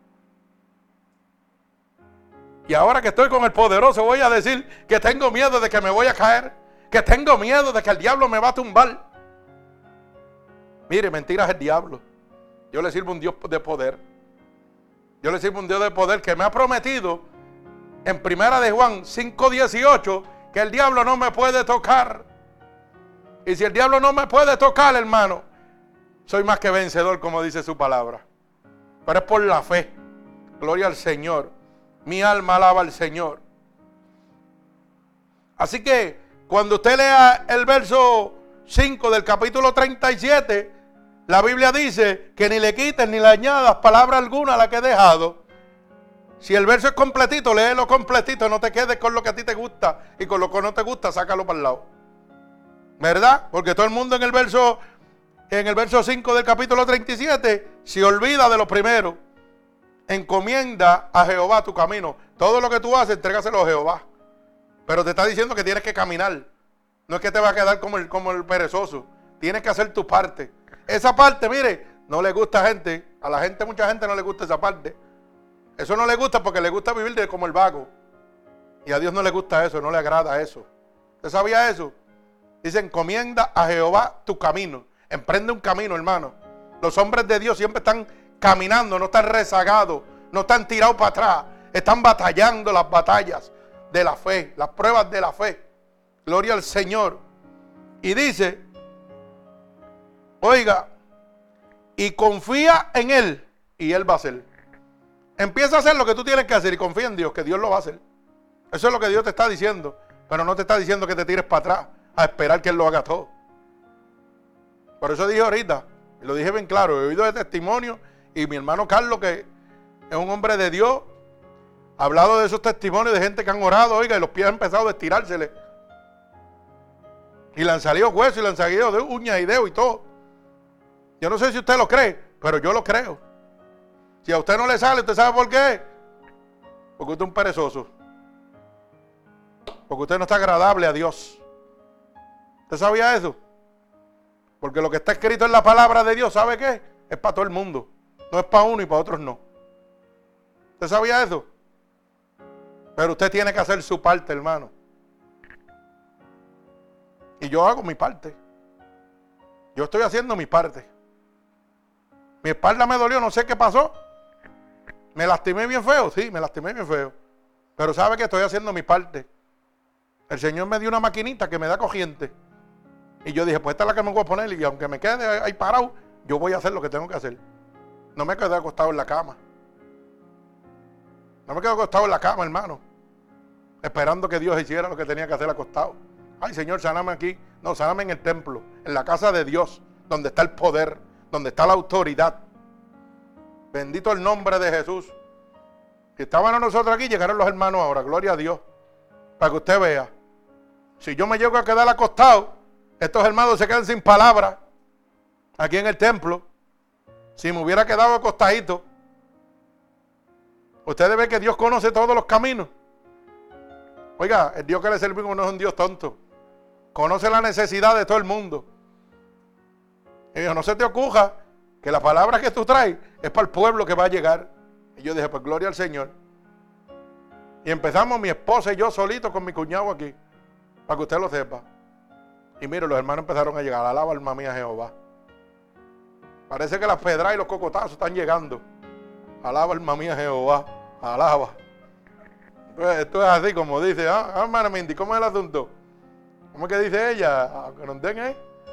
Y ahora que estoy con el poderoso voy a decir que tengo miedo de que me voy a caer, que tengo miedo de que el diablo me va a tumbar. Mire, mentiras el diablo. Yo le sirvo a un Dios de poder. Yo le sirvo a un Dios de poder que me ha prometido en 1 de Juan 5:18 que el diablo no me puede tocar. Y si el diablo no me puede tocar, hermano, soy más que vencedor, como dice su palabra. Pero es por la fe. Gloria al Señor. Mi alma alaba al Señor. Así que cuando usted lea el verso 5 del capítulo 37, la Biblia dice que ni le quites ni le añadas palabra alguna a la que he dejado. Si el verso es completito, léelo completito, no te quedes con lo que a ti te gusta y con lo que no te gusta, sácalo para el lado. ¿Verdad? Porque todo el mundo en el verso 5 del capítulo 37 se olvida de lo primero. Encomienda a Jehová tu camino. Todo lo que tú haces, entrégaselo a Jehová. Pero te está diciendo que tienes que caminar. No es que te va a quedar como el perezoso. Tienes que hacer tu parte. Esa parte, mire, no le gusta a gente. A la gente, mucha gente no le gusta esa parte. Eso no le gusta porque le gusta vivir como el vago. Y a Dios no le gusta eso, no le agrada eso. ¿Usted sabía eso? Dice, encomienda a Jehová tu camino. Emprende un camino, hermano. Los hombres de Dios siempre están caminando, no están rezagados, no están tirados para atrás. Están batallando las batallas de la fe, las pruebas de la fe. Gloria al Señor. Y dice, oiga, y confía en Él y Él va a hacer. Empieza a hacer lo que tú tienes que hacer y confía en Dios, que Dios lo va a hacer. Eso es lo que Dios te está diciendo, pero no te está diciendo que te tires para atrás a esperar que Él lo haga todo. Por eso dije ahorita, y lo dije bien claro, he oído de testimonio, y mi hermano Carlos, que es un hombre de Dios, ha hablado de esos testimonios de gente que han orado, oiga, y los pies han empezado a estirársele. Y le han salido huesos, y le han salido de uñas y dedos y todo. Yo no sé si usted lo cree, pero yo lo creo. Si a usted no le sale, ¿usted sabe por qué? Porque usted es un perezoso. Porque usted no está agradable a Dios. ¿Usted sabía eso? Porque lo que está escrito en la palabra de Dios, ¿sabe qué? Es para todo el mundo. No es para uno y para otros no. ¿Usted sabía eso? Pero usted tiene que hacer su parte, hermano. Y yo hago mi parte. Yo estoy haciendo mi parte. Mi espalda me dolió, no sé qué pasó. Me lastimé bien feo, sí, me lastimé bien feo. Pero sabe que estoy haciendo mi parte. El Señor me dio una maquinita que me da corriente. Y yo dije, pues esta es la que me voy a poner. Y aunque me quede ahí parado, yo voy a hacer lo que tengo que hacer. No me quedé acostado en la cama. No me quedé acostado en la cama, hermano. Esperando que Dios hiciera lo que tenía que hacer acostado. Ay, Señor, sáname aquí. No, sáname en el templo, en la casa de Dios, donde está el poder, donde está la autoridad. Bendito el nombre de Jesús. Si estaban nosotros aquí, llegaron los hermanos ahora, gloria a Dios. Para que usted vea. Si yo me llego a quedar acostado, estos hermanos se quedan sin palabras aquí en el templo. Si me hubiera quedado acostadito. Ustedes ven que Dios conoce todos los caminos. Oiga, el Dios que le servimos no es un Dios tonto. Conoce la necesidad de todo el mundo. Y dijo, no se te ocurra que la palabra que tú traes es para el pueblo que va a llegar. Y yo dije, pues gloria al Señor. Y empezamos mi esposa y yo solitos con mi cuñado aquí, para que usted lo sepa. Y mire, los hermanos empezaron a llegar. Alaba alma mía Jehová. Parece que las pedras y los cocotazos están llegando. Alaba alma mía Jehová. Alaba. Entonces, esto es así como dice, hermana Mindy, ¿cómo es el asunto? ¿Cómo es que dice ella? Que nos den,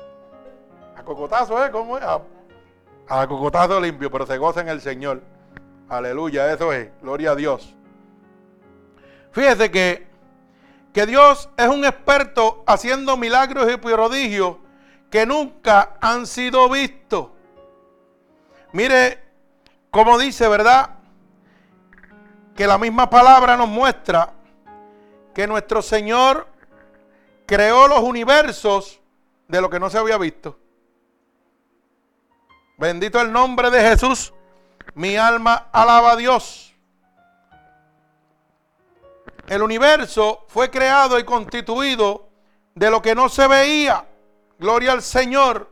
a cocotazo, ¿cómo es? A cocotazo limpio, pero se goza en el Señor. Aleluya, eso es. Gloria a Dios. Fíjese que Dios es un experto haciendo milagros y prodigios que nunca han sido vistos. Mire cómo dice, ¿verdad? Que la misma palabra nos muestra que nuestro Señor creó los universos de lo que no se había visto. Bendito el nombre de Jesús. Mi alma alaba a Dios. El universo fue creado y constituido de lo que no se veía. Gloria al Señor.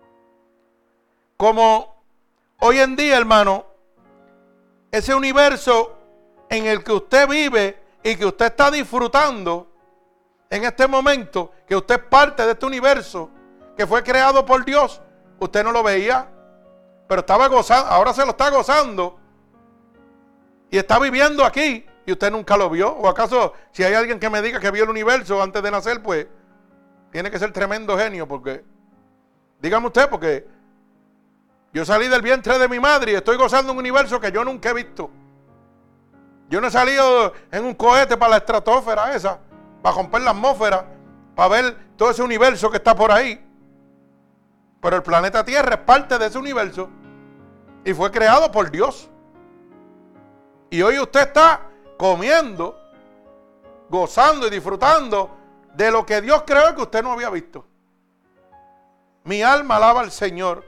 Como hoy en día, hermano, ese universo en el que usted vive y que usted está disfrutando en este momento, que usted es parte de este universo que fue creado por Dios, usted no lo veía, pero estaba gozando, ahora se lo está gozando y está viviendo aquí y usted nunca lo vio. ¿O acaso si hay alguien que me diga que vio el universo antes de nacer, pues tiene que ser tremendo genio? Porque dígame usted, porque yo salí del vientre de mi madre y estoy gozando un universo que yo nunca he visto. Yo no he salido en un cohete para la estratosfera esa, para romper la atmósfera, para ver todo ese universo que está por ahí. Pero el planeta Tierra es parte de ese universo y fue creado por Dios. Y hoy usted está comiendo, gozando y disfrutando de lo que Dios creó que usted no había visto. Mi alma alaba al Señor.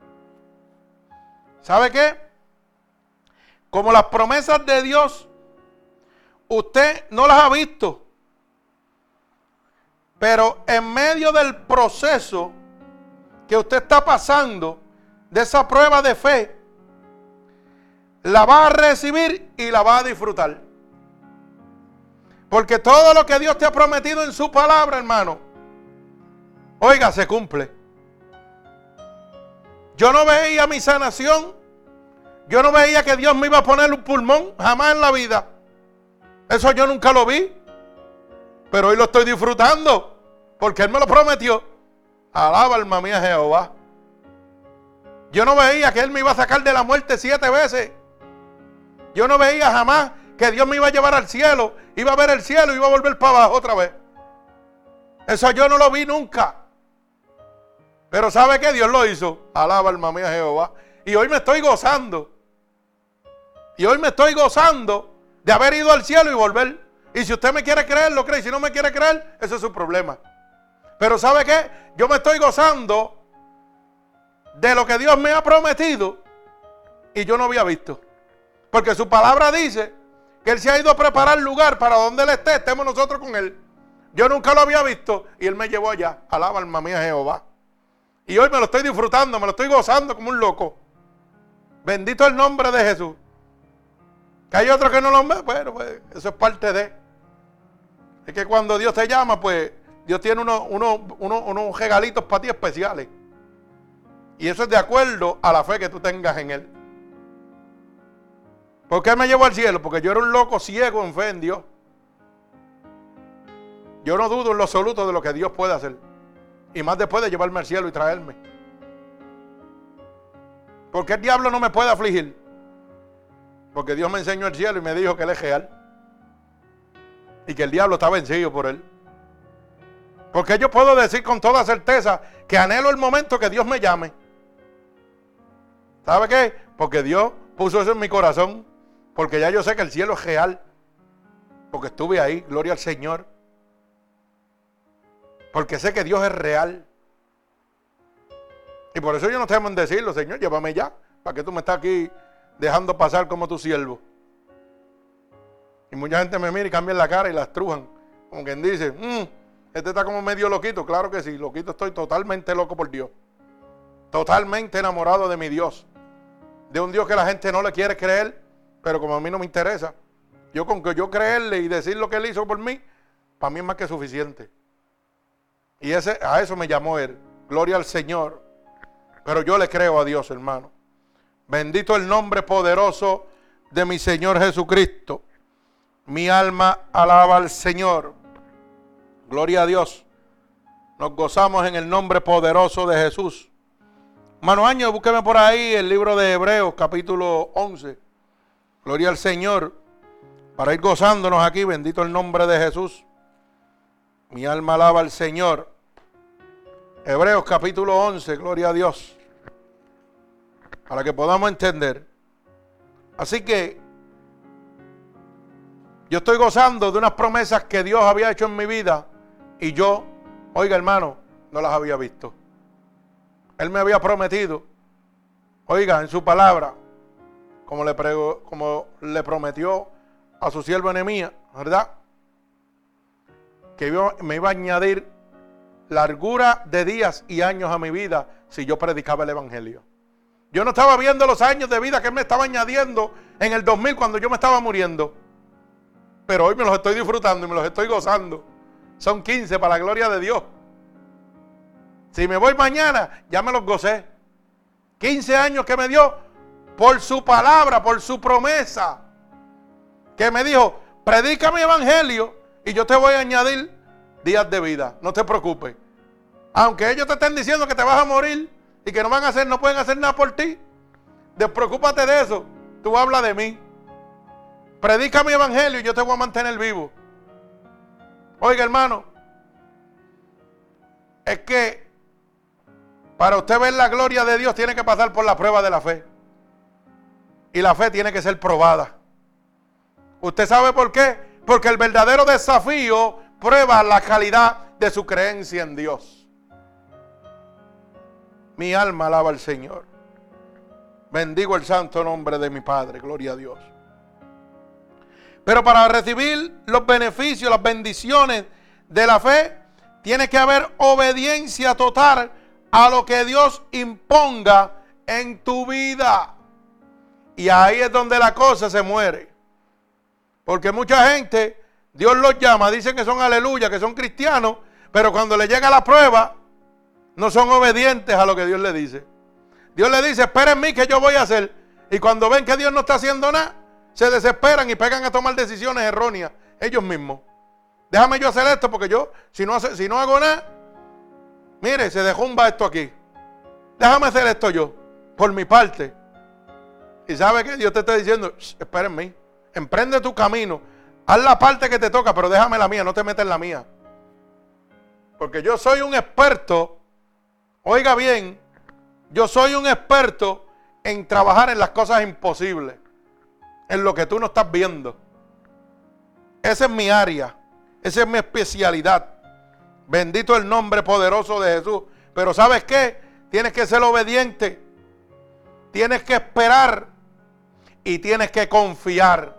¿Sabe qué? Como las promesas de Dios, usted no las ha visto. Pero en medio del proceso que usted está pasando, de esa prueba de fe, la va a recibir y la va a disfrutar. Porque todo lo que Dios te ha prometido en su palabra, hermano, oiga, se cumple. Yo no veía mi sanación. Yo no veía que Dios me iba a poner un pulmón, jamás en la vida. Eso yo nunca lo vi. Pero hoy lo estoy disfrutando, porque Él me lo prometió. Alaba alma mía Jehová. Yo no veía que Él me iba a sacar de la muerte 7 veces. Yo no veía jamás que Dios me iba a llevar al cielo. Iba a ver el cielo y iba a volver para abajo otra vez. Eso yo no lo vi nunca. Pero ¿sabe qué? Dios lo hizo. Alaba alma mía Jehová. Y hoy me estoy gozando. Y hoy me estoy gozando de haber ido al cielo y volver. Y si usted me quiere creer, lo cree. Si no me quiere creer, ese es su problema. Pero ¿sabe qué? Yo me estoy gozando de lo que Dios me ha prometido y yo no había visto. Porque su palabra dice que Él se ha ido a preparar lugar para donde Él esté, estemos nosotros con Él. Yo nunca lo había visto y Él me llevó allá. Alaba alma mía Jehová. Y hoy me lo estoy disfrutando, me lo estoy gozando como un loco. Bendito el nombre de Jesús. Que hay otros que no lo ven, bueno, pues eso es parte de. Es que cuando Dios te llama, pues Dios tiene unos regalitos para ti especiales. Y eso es de acuerdo a la fe que tú tengas en Él. ¿Por qué me llevó al cielo? Porque yo era un loco ciego en fe en Dios. Yo no dudo en lo absoluto de lo que Dios puede hacer. Y más después de llevarme al cielo y traerme. ¿Por qué el diablo no me puede afligir? Porque Dios me enseñó el cielo y me dijo que Él es real. Y que el diablo está vencido por Él. Porque yo puedo decir con toda certeza que anhelo el momento que Dios me llame. ¿Sabe qué? Porque Dios puso eso en mi corazón. Porque ya yo sé que el cielo es real. Porque estuve ahí, gloria al Señor. Porque sé que Dios es real. Y por eso yo no temo en decirlo, Señor, llévame ya. ¿Para qué tú me estás aquí dejando pasar como tu siervo? Y mucha gente me mira y cambia la cara y la estrujan. Como quien dice, este está como medio loquito. Claro que sí, loquito estoy, totalmente loco por Dios. Totalmente enamorado de mi Dios. De un Dios que la gente no le quiere creer, pero como a mí no me interesa. Yo con que yo creerle y decir lo que Él hizo por mí, para mí es más que suficiente. Y a eso me llamó Él. Gloria al Señor. Pero yo le creo a Dios, hermano. Bendito el nombre poderoso de mi Señor Jesucristo. Mi alma alaba al Señor. Gloria a Dios. Nos gozamos en el nombre poderoso de Jesús. Hermano Áñez, búsqueme por ahí el libro de Hebreos, capítulo 11. Gloria al Señor. Para ir gozándonos aquí, bendito el nombre de Jesús. Mi alma alaba al Señor. Hebreos capítulo 11, gloria a Dios. Para que podamos entender. Así que yo estoy gozando de unas promesas que Dios había hecho en mi vida. Y yo, oiga hermano, no las había visto. Él me había prometido, oiga, en su palabra, como le prometió a su siervo Nehemías, ¿verdad? Que me iba a añadir largura de días y años a mi vida si yo predicaba el evangelio. Yo no estaba viendo los años de vida que Él me estaba añadiendo en el 2000 cuando yo me estaba muriendo. Pero hoy me los estoy disfrutando y me los estoy gozando. Son 15 para la gloria de Dios. Si me voy mañana, ya me los gocé. 15 años que me dio por su palabra, por su promesa. Que me dijo, predica mi evangelio y yo te voy a añadir días de vida. No te preocupes. Aunque ellos te estén diciendo que te vas a morir y que no pueden hacer nada por ti. Despreocúpate de eso. Tú hablas de mí. Predica mi evangelio y yo te voy a mantener vivo. Oiga, hermano, es que para usted ver la gloria de Dios tiene que pasar por la prueba de la fe. Y la fe tiene que ser probada. ¿Usted sabe por qué? Porque el verdadero desafío prueba la calidad de su creencia en Dios. Mi alma alaba al Señor. Bendigo el santo nombre de mi Padre. Gloria a Dios. Pero para recibir los beneficios, las bendiciones de la fe, tiene que haber obediencia total a lo que Dios imponga en tu vida. Y ahí es donde la cosa se muere. Porque mucha gente, Dios los llama, dicen que son aleluya, que son cristianos, pero cuando le llega la prueba, no son obedientes a lo que Dios le dice. Dios le dice, espera en mí que yo voy a hacer. Y cuando ven que Dios no está haciendo nada, se desesperan y pegan a tomar decisiones erróneas ellos mismos. Déjame yo hacer esto porque yo, si no hago nada, mire, se derrumba esto aquí. Déjame hacer esto yo, por mi parte. Y sabe que Dios te está diciendo, espera en mí, emprende tu camino, haz la parte que te toca, pero déjame la mía, no te metas en la mía. Porque yo soy un experto, oiga bien, yo soy un experto en trabajar en las cosas imposibles, en lo que tú no estás viendo. Esa es mi área, esa es mi especialidad. Bendito el nombre poderoso de Jesús. Pero ¿sabes qué? Tienes que ser obediente, tienes que esperar y tienes que confiar.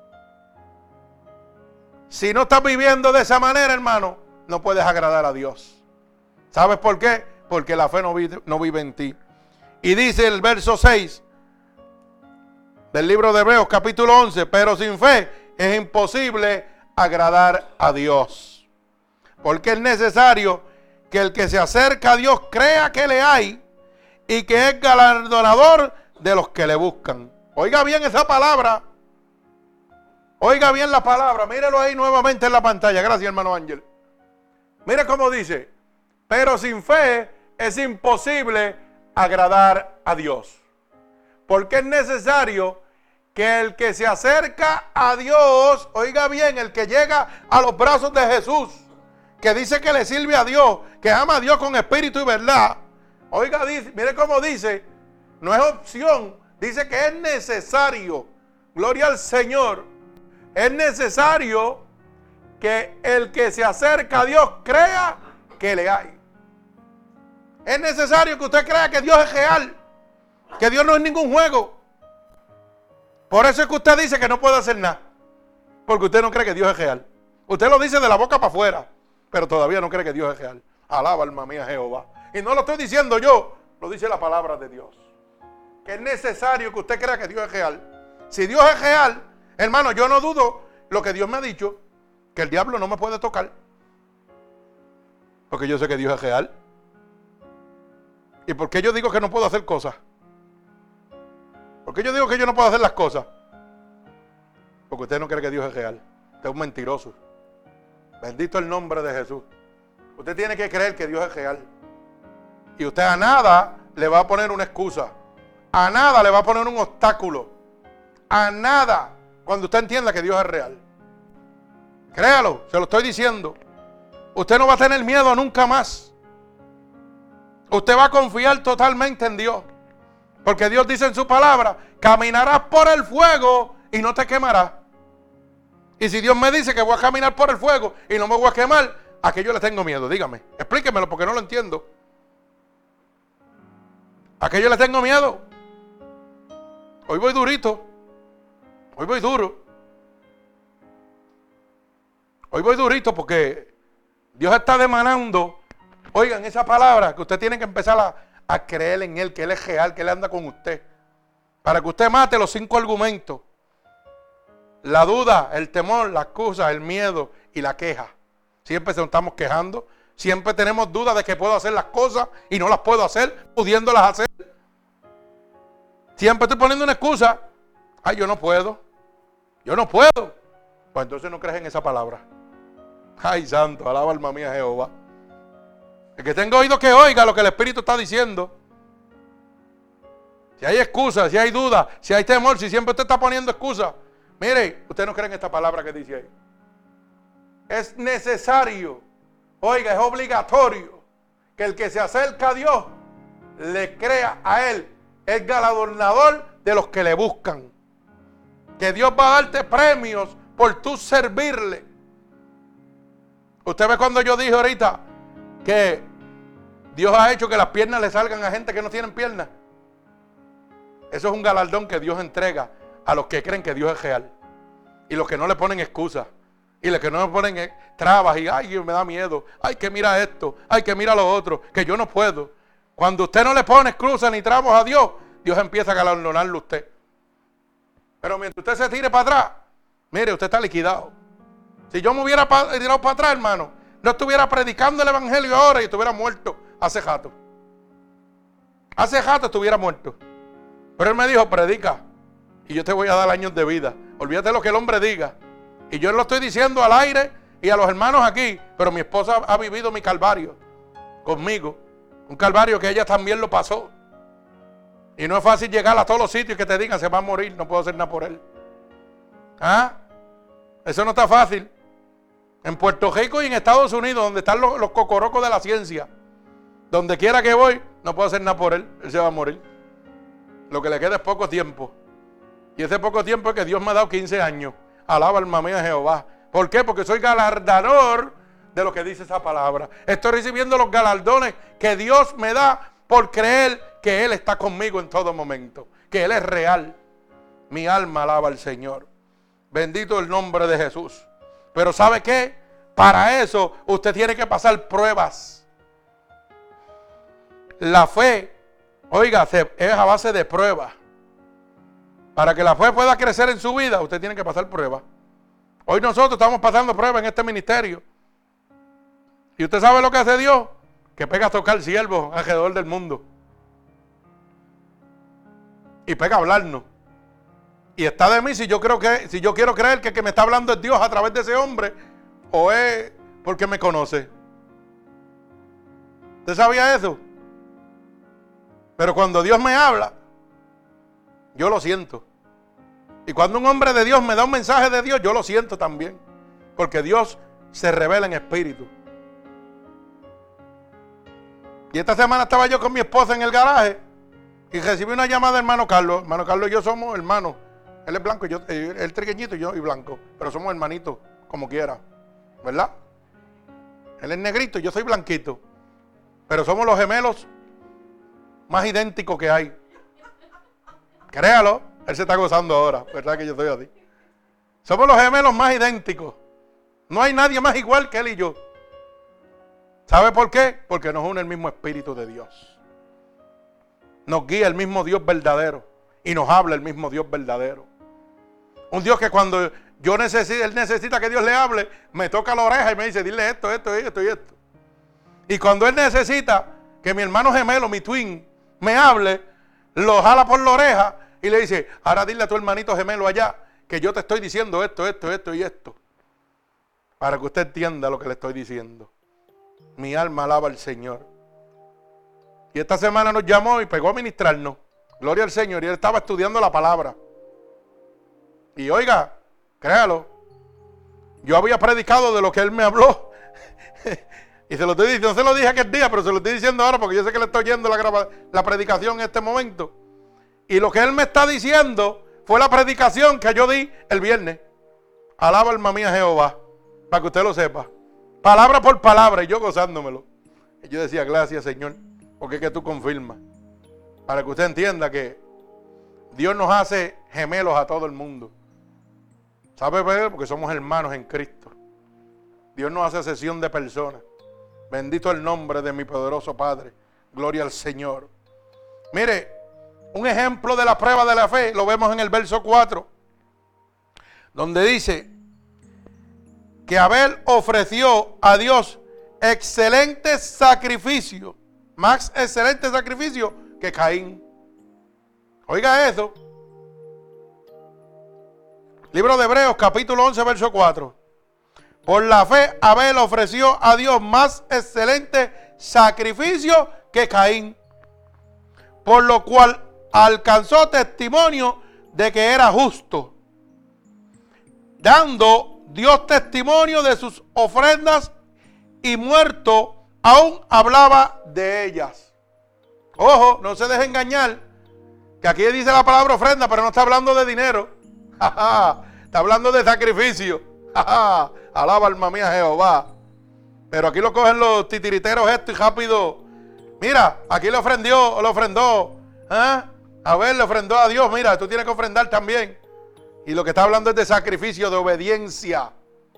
Si no estás viviendo de esa manera, hermano, no puedes agradar a Dios. ¿Sabes por qué? Porque la fe no vive en ti. Y dice el verso 6 del libro de Hebreos capítulo 11, pero sin fe es imposible agradar a Dios. Porque es necesario que el que se acerca a Dios crea que le hay y que es galardonador de los que le buscan. Oiga bien esa palabra. Oiga bien la palabra. Mírelo ahí nuevamente en la pantalla. Gracias, hermano Ángel. Mire cómo dice. Pero sin fe es imposible agradar a Dios. Porque es necesario que el que se acerca a Dios, oiga bien, el que llega a los brazos de Jesús, que dice que le sirve a Dios, que ama a Dios con espíritu y verdad. Oiga, dice, mire cómo dice, no es opción, dice que es necesario. Gloria al Señor. Es necesario que el que se acerca a Dios crea que le hay. Es necesario que usted crea que Dios es real, que Dios no es ningún juego. Por eso es que usted dice que no puede hacer nada, porque usted no cree que Dios es real. Usted lo dice de la boca para afuera, pero todavía no cree que Dios es real. Alaba, alma mía, Jehová. Y no lo estoy diciendo yo, lo dice la palabra de Dios. Que es necesario que usted crea que Dios es real. Si Dios es real, hermano, yo no dudo lo que Dios me ha dicho, que el diablo no me puede tocar, porque yo sé que Dios es real. ¿Y por qué yo digo que no puedo hacer cosas? ¿Por qué yo digo que yo no puedo hacer las cosas? Porque usted no cree que Dios es real. Usted es un mentiroso. Bendito el nombre de Jesús. Usted tiene que creer que Dios es real. Y usted a nada le va a poner una excusa. A nada le va a poner un obstáculo. A nada. Cuando usted entienda que Dios es real. Créalo, se lo estoy diciendo. Usted no va a tener miedo nunca más. Usted va a confiar totalmente en Dios. Porque Dios dice en su palabra, caminarás por el fuego y no te quemarás. Y si Dios me dice que voy a caminar por el fuego y no me voy a quemar, ¿a qué yo le tengo miedo? Dígame, explíquemelo porque no lo entiendo. ¿A qué yo le tengo miedo? Hoy voy durito. Hoy voy duro. Hoy voy durito porque Dios está demandando, oigan esa palabra, que usted tiene que empezar a creer en Él, que Él es real, que Él anda con usted. Para que usted mate los 5 argumentos. La duda, el temor, la excusa, el miedo y la queja. Siempre nos estamos quejando. Siempre tenemos dudas de que puedo hacer las cosas y no las puedo hacer, pudiéndolas hacer. Siempre estoy poniendo una excusa. Ay, yo no puedo. Yo no puedo. Pues entonces no crees en esa palabra. Ay, santo, alaba alma mía Jehová. El que tenga oído que oiga lo que el Espíritu está diciendo. Si hay excusas, si hay dudas, si hay temor, si siempre usted está poniendo excusas, Mire, usted no cree en esta palabra que dice ahí. Es necesario, oiga, es obligatorio que el que se acerca a Dios le crea a Él. Es galardonador de los que le buscan. Que Dios va a darte premios por tú servirle. Usted ve cuando yo dije ahorita que Dios ha hecho que las piernas le salgan a gente que no tienen piernas. Eso es un galardón que Dios entrega a los que creen que Dios es real. Y los que no le ponen excusas. Y los que no le ponen trabas. Y ay, me da miedo. Ay, que mira esto. Ay, que mira lo otro. Que yo no puedo. Cuando usted no le pone excusas ni trabas a Dios, Dios empieza a galardonarle a usted. Pero mientras usted se tire para atrás, mire, usted está liquidado. Si yo me hubiera tirado para atrás, hermano, no estuviera predicando el evangelio ahora y estuviera muerto hace rato. Hace rato estuviera muerto. Pero él me dijo, predica y yo te voy a dar años de vida. Olvídate de lo que el hombre diga. Y yo lo estoy diciendo al aire y a los hermanos aquí, pero mi esposa ha vivido mi calvario conmigo. Un calvario que ella también lo pasó. Y no es fácil llegar a todos los sitios que te digan, se va a morir, no puedo hacer nada por él. ¿Ah? Eso no está fácil. En Puerto Rico y en Estados Unidos, donde están los cocorocos de la ciencia, donde quiera que voy, no puedo hacer nada por él, él se va a morir. Lo que le queda es poco tiempo. Y ese poco tiempo es que Dios me ha dado 15 años. Alaba alma mía a Jehová. ¿Por qué? Porque soy galardonador de lo que dice esa palabra. Estoy recibiendo los galardones que Dios me da por creer que Él está conmigo en todo momento. Que Él es real. Mi alma alaba al Señor. Bendito el nombre de Jesús. Pero ¿sabe qué? Para eso usted tiene que pasar pruebas. La fe, oiga, es a base de pruebas. Para que la fe pueda crecer en su vida, usted tiene que pasar pruebas. Hoy nosotros estamos pasando pruebas en este ministerio. ¿Y usted sabe lo que hace Dios? Que pega a tocar siervos alrededor del mundo. Y pega a hablarnos. Y está de mí si yo quiero creer que el que me está hablando es Dios a través de ese hombre, o es porque me conoce. ¿Usted sabía eso? Pero cuando Dios me habla, yo lo siento. Y cuando un hombre de Dios me da un mensaje de Dios, yo lo siento también. Porque Dios se revela en espíritu. Y esta semana estaba yo con mi esposa en el garaje y recibí una llamada de hermano Carlos. Hermano Carlos y yo somos hermanos. Él es blanco, él trigueñito y yo y blanco. Pero somos hermanitos, como quiera. ¿Verdad? Él es negrito y yo soy blanquito. Pero somos los gemelos más idénticos que hay. Créalo, él se está gozando ahora, ¿verdad que yo soy así? Somos los gemelos más idénticos. No hay nadie más igual que él y yo. ¿Sabe por qué? Porque nos une el mismo Espíritu de Dios. Nos guía el mismo Dios verdadero y nos habla el mismo Dios verdadero. Un Dios que cuando él necesita que Dios le hable, me toca la oreja y me dice, dile esto, esto y esto y esto. Y cuando él necesita que mi hermano gemelo, mi twin, me hable, lo jala por la oreja y le dice, ahora dile a tu hermanito gemelo allá que yo te estoy diciendo esto, esto, esto y esto. Para que usted entienda lo que le estoy diciendo. Mi alma alaba al Señor. Y esta semana nos llamó y pegó a ministrarnos. Gloria al Señor. Y él estaba estudiando la palabra. Y oiga, créalo, yo había predicado de lo que él me habló. Y se lo estoy diciendo, no se lo dije aquel día, pero se lo estoy diciendo ahora porque yo sé que le estoy oyendo la predicación en este momento. Y lo que él me está diciendo fue la predicación que yo di el viernes. Alaba alma mía Jehová, para que usted lo sepa. Palabra por palabra, y yo gozándomelo. Y yo decía, gracias Señor, porque es que tú confirmas. Para que usted entienda que Dios nos hace gemelos a todo el mundo. ¿Sabe por qué? Porque somos hermanos en Cristo. Dios nos hace excepción de personas. Bendito el nombre de mi poderoso Padre. Gloria al Señor. Mire, un ejemplo de la prueba de la fe lo vemos en el verso 4, donde dice que Abel ofreció a Dios excelente sacrificio, más excelente sacrificio que Caín. Oiga eso. Libro de Hebreos, capítulo 11, verso 4. Por la fe, Abel ofreció a Dios más excelente sacrificio que Caín, por lo cual alcanzó testimonio de que era justo, dando Dios testimonio de sus ofrendas y muerto aún hablaba de ellas. Ojo, no se deje engañar, que aquí dice la palabra ofrenda, pero no está hablando de dinero. Está hablando de sacrificio. Alaba alma mía Jehová. Pero aquí lo cogen los titiriteros esto y rápido. Mira, aquí le ofrendó. A ver, le ofrendó a Dios. Mira, tú tienes que ofrendar también. Y lo que está hablando es de sacrificio, de obediencia.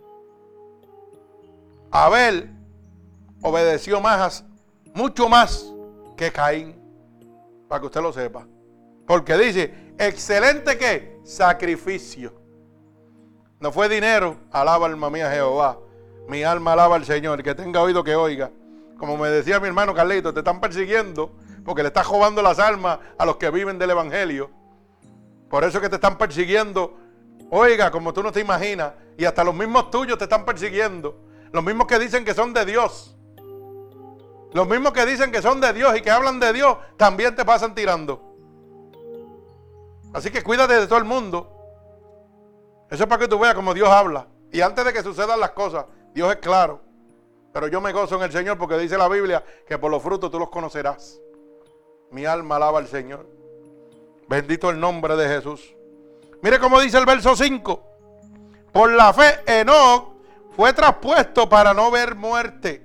Abel obedeció mucho más que Caín. Para que usted lo sepa. Porque dice, excelente ¿qué? Sacrificio. No fue dinero. Alaba alma mía Jehová. Mi alma alaba al Señor. Que tenga oído que oiga. Como me decía mi hermano Carlito, te están persiguiendo porque le estás robando las almas a los que viven del evangelio. Por eso que te están persiguiendo. Oiga, como tú no te imaginas. Y hasta los mismos tuyos te están persiguiendo. Los mismos que dicen que son de Dios. Los mismos que dicen que son de Dios y que hablan de Dios, también te pasan tirando. Así que cuídate de todo el mundo. Eso es para que tú veas cómo Dios habla. Y antes de que sucedan las cosas, Dios es claro. Pero yo me gozo en el Señor porque dice la Biblia que por los frutos tú los conocerás. Mi alma alaba al Señor. Bendito el nombre de Jesús. Mire cómo dice el verso 5. Por la fe, Enoc fue traspuesto para no ver muerte.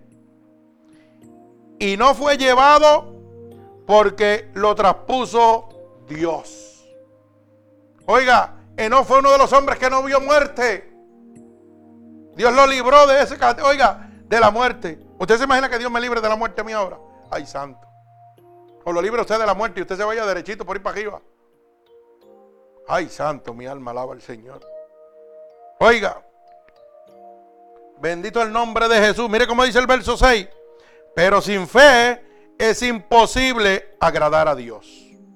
Y no fue llevado porque lo traspuso Dios. Oiga, Enoc fue uno de los hombres que no vio muerte. Dios lo libró de ese, de la muerte. ¿Usted se imagina que Dios me libre de la muerte a mí ahora? Ay, santo. O lo libre usted de la muerte y usted se vaya derechito por ir para arriba. Ay, santo, mi alma alaba al Señor. Oiga, bendito el nombre de Jesús. Mire cómo dice el verso 6. Pero sin fe es imposible agradar a Dios.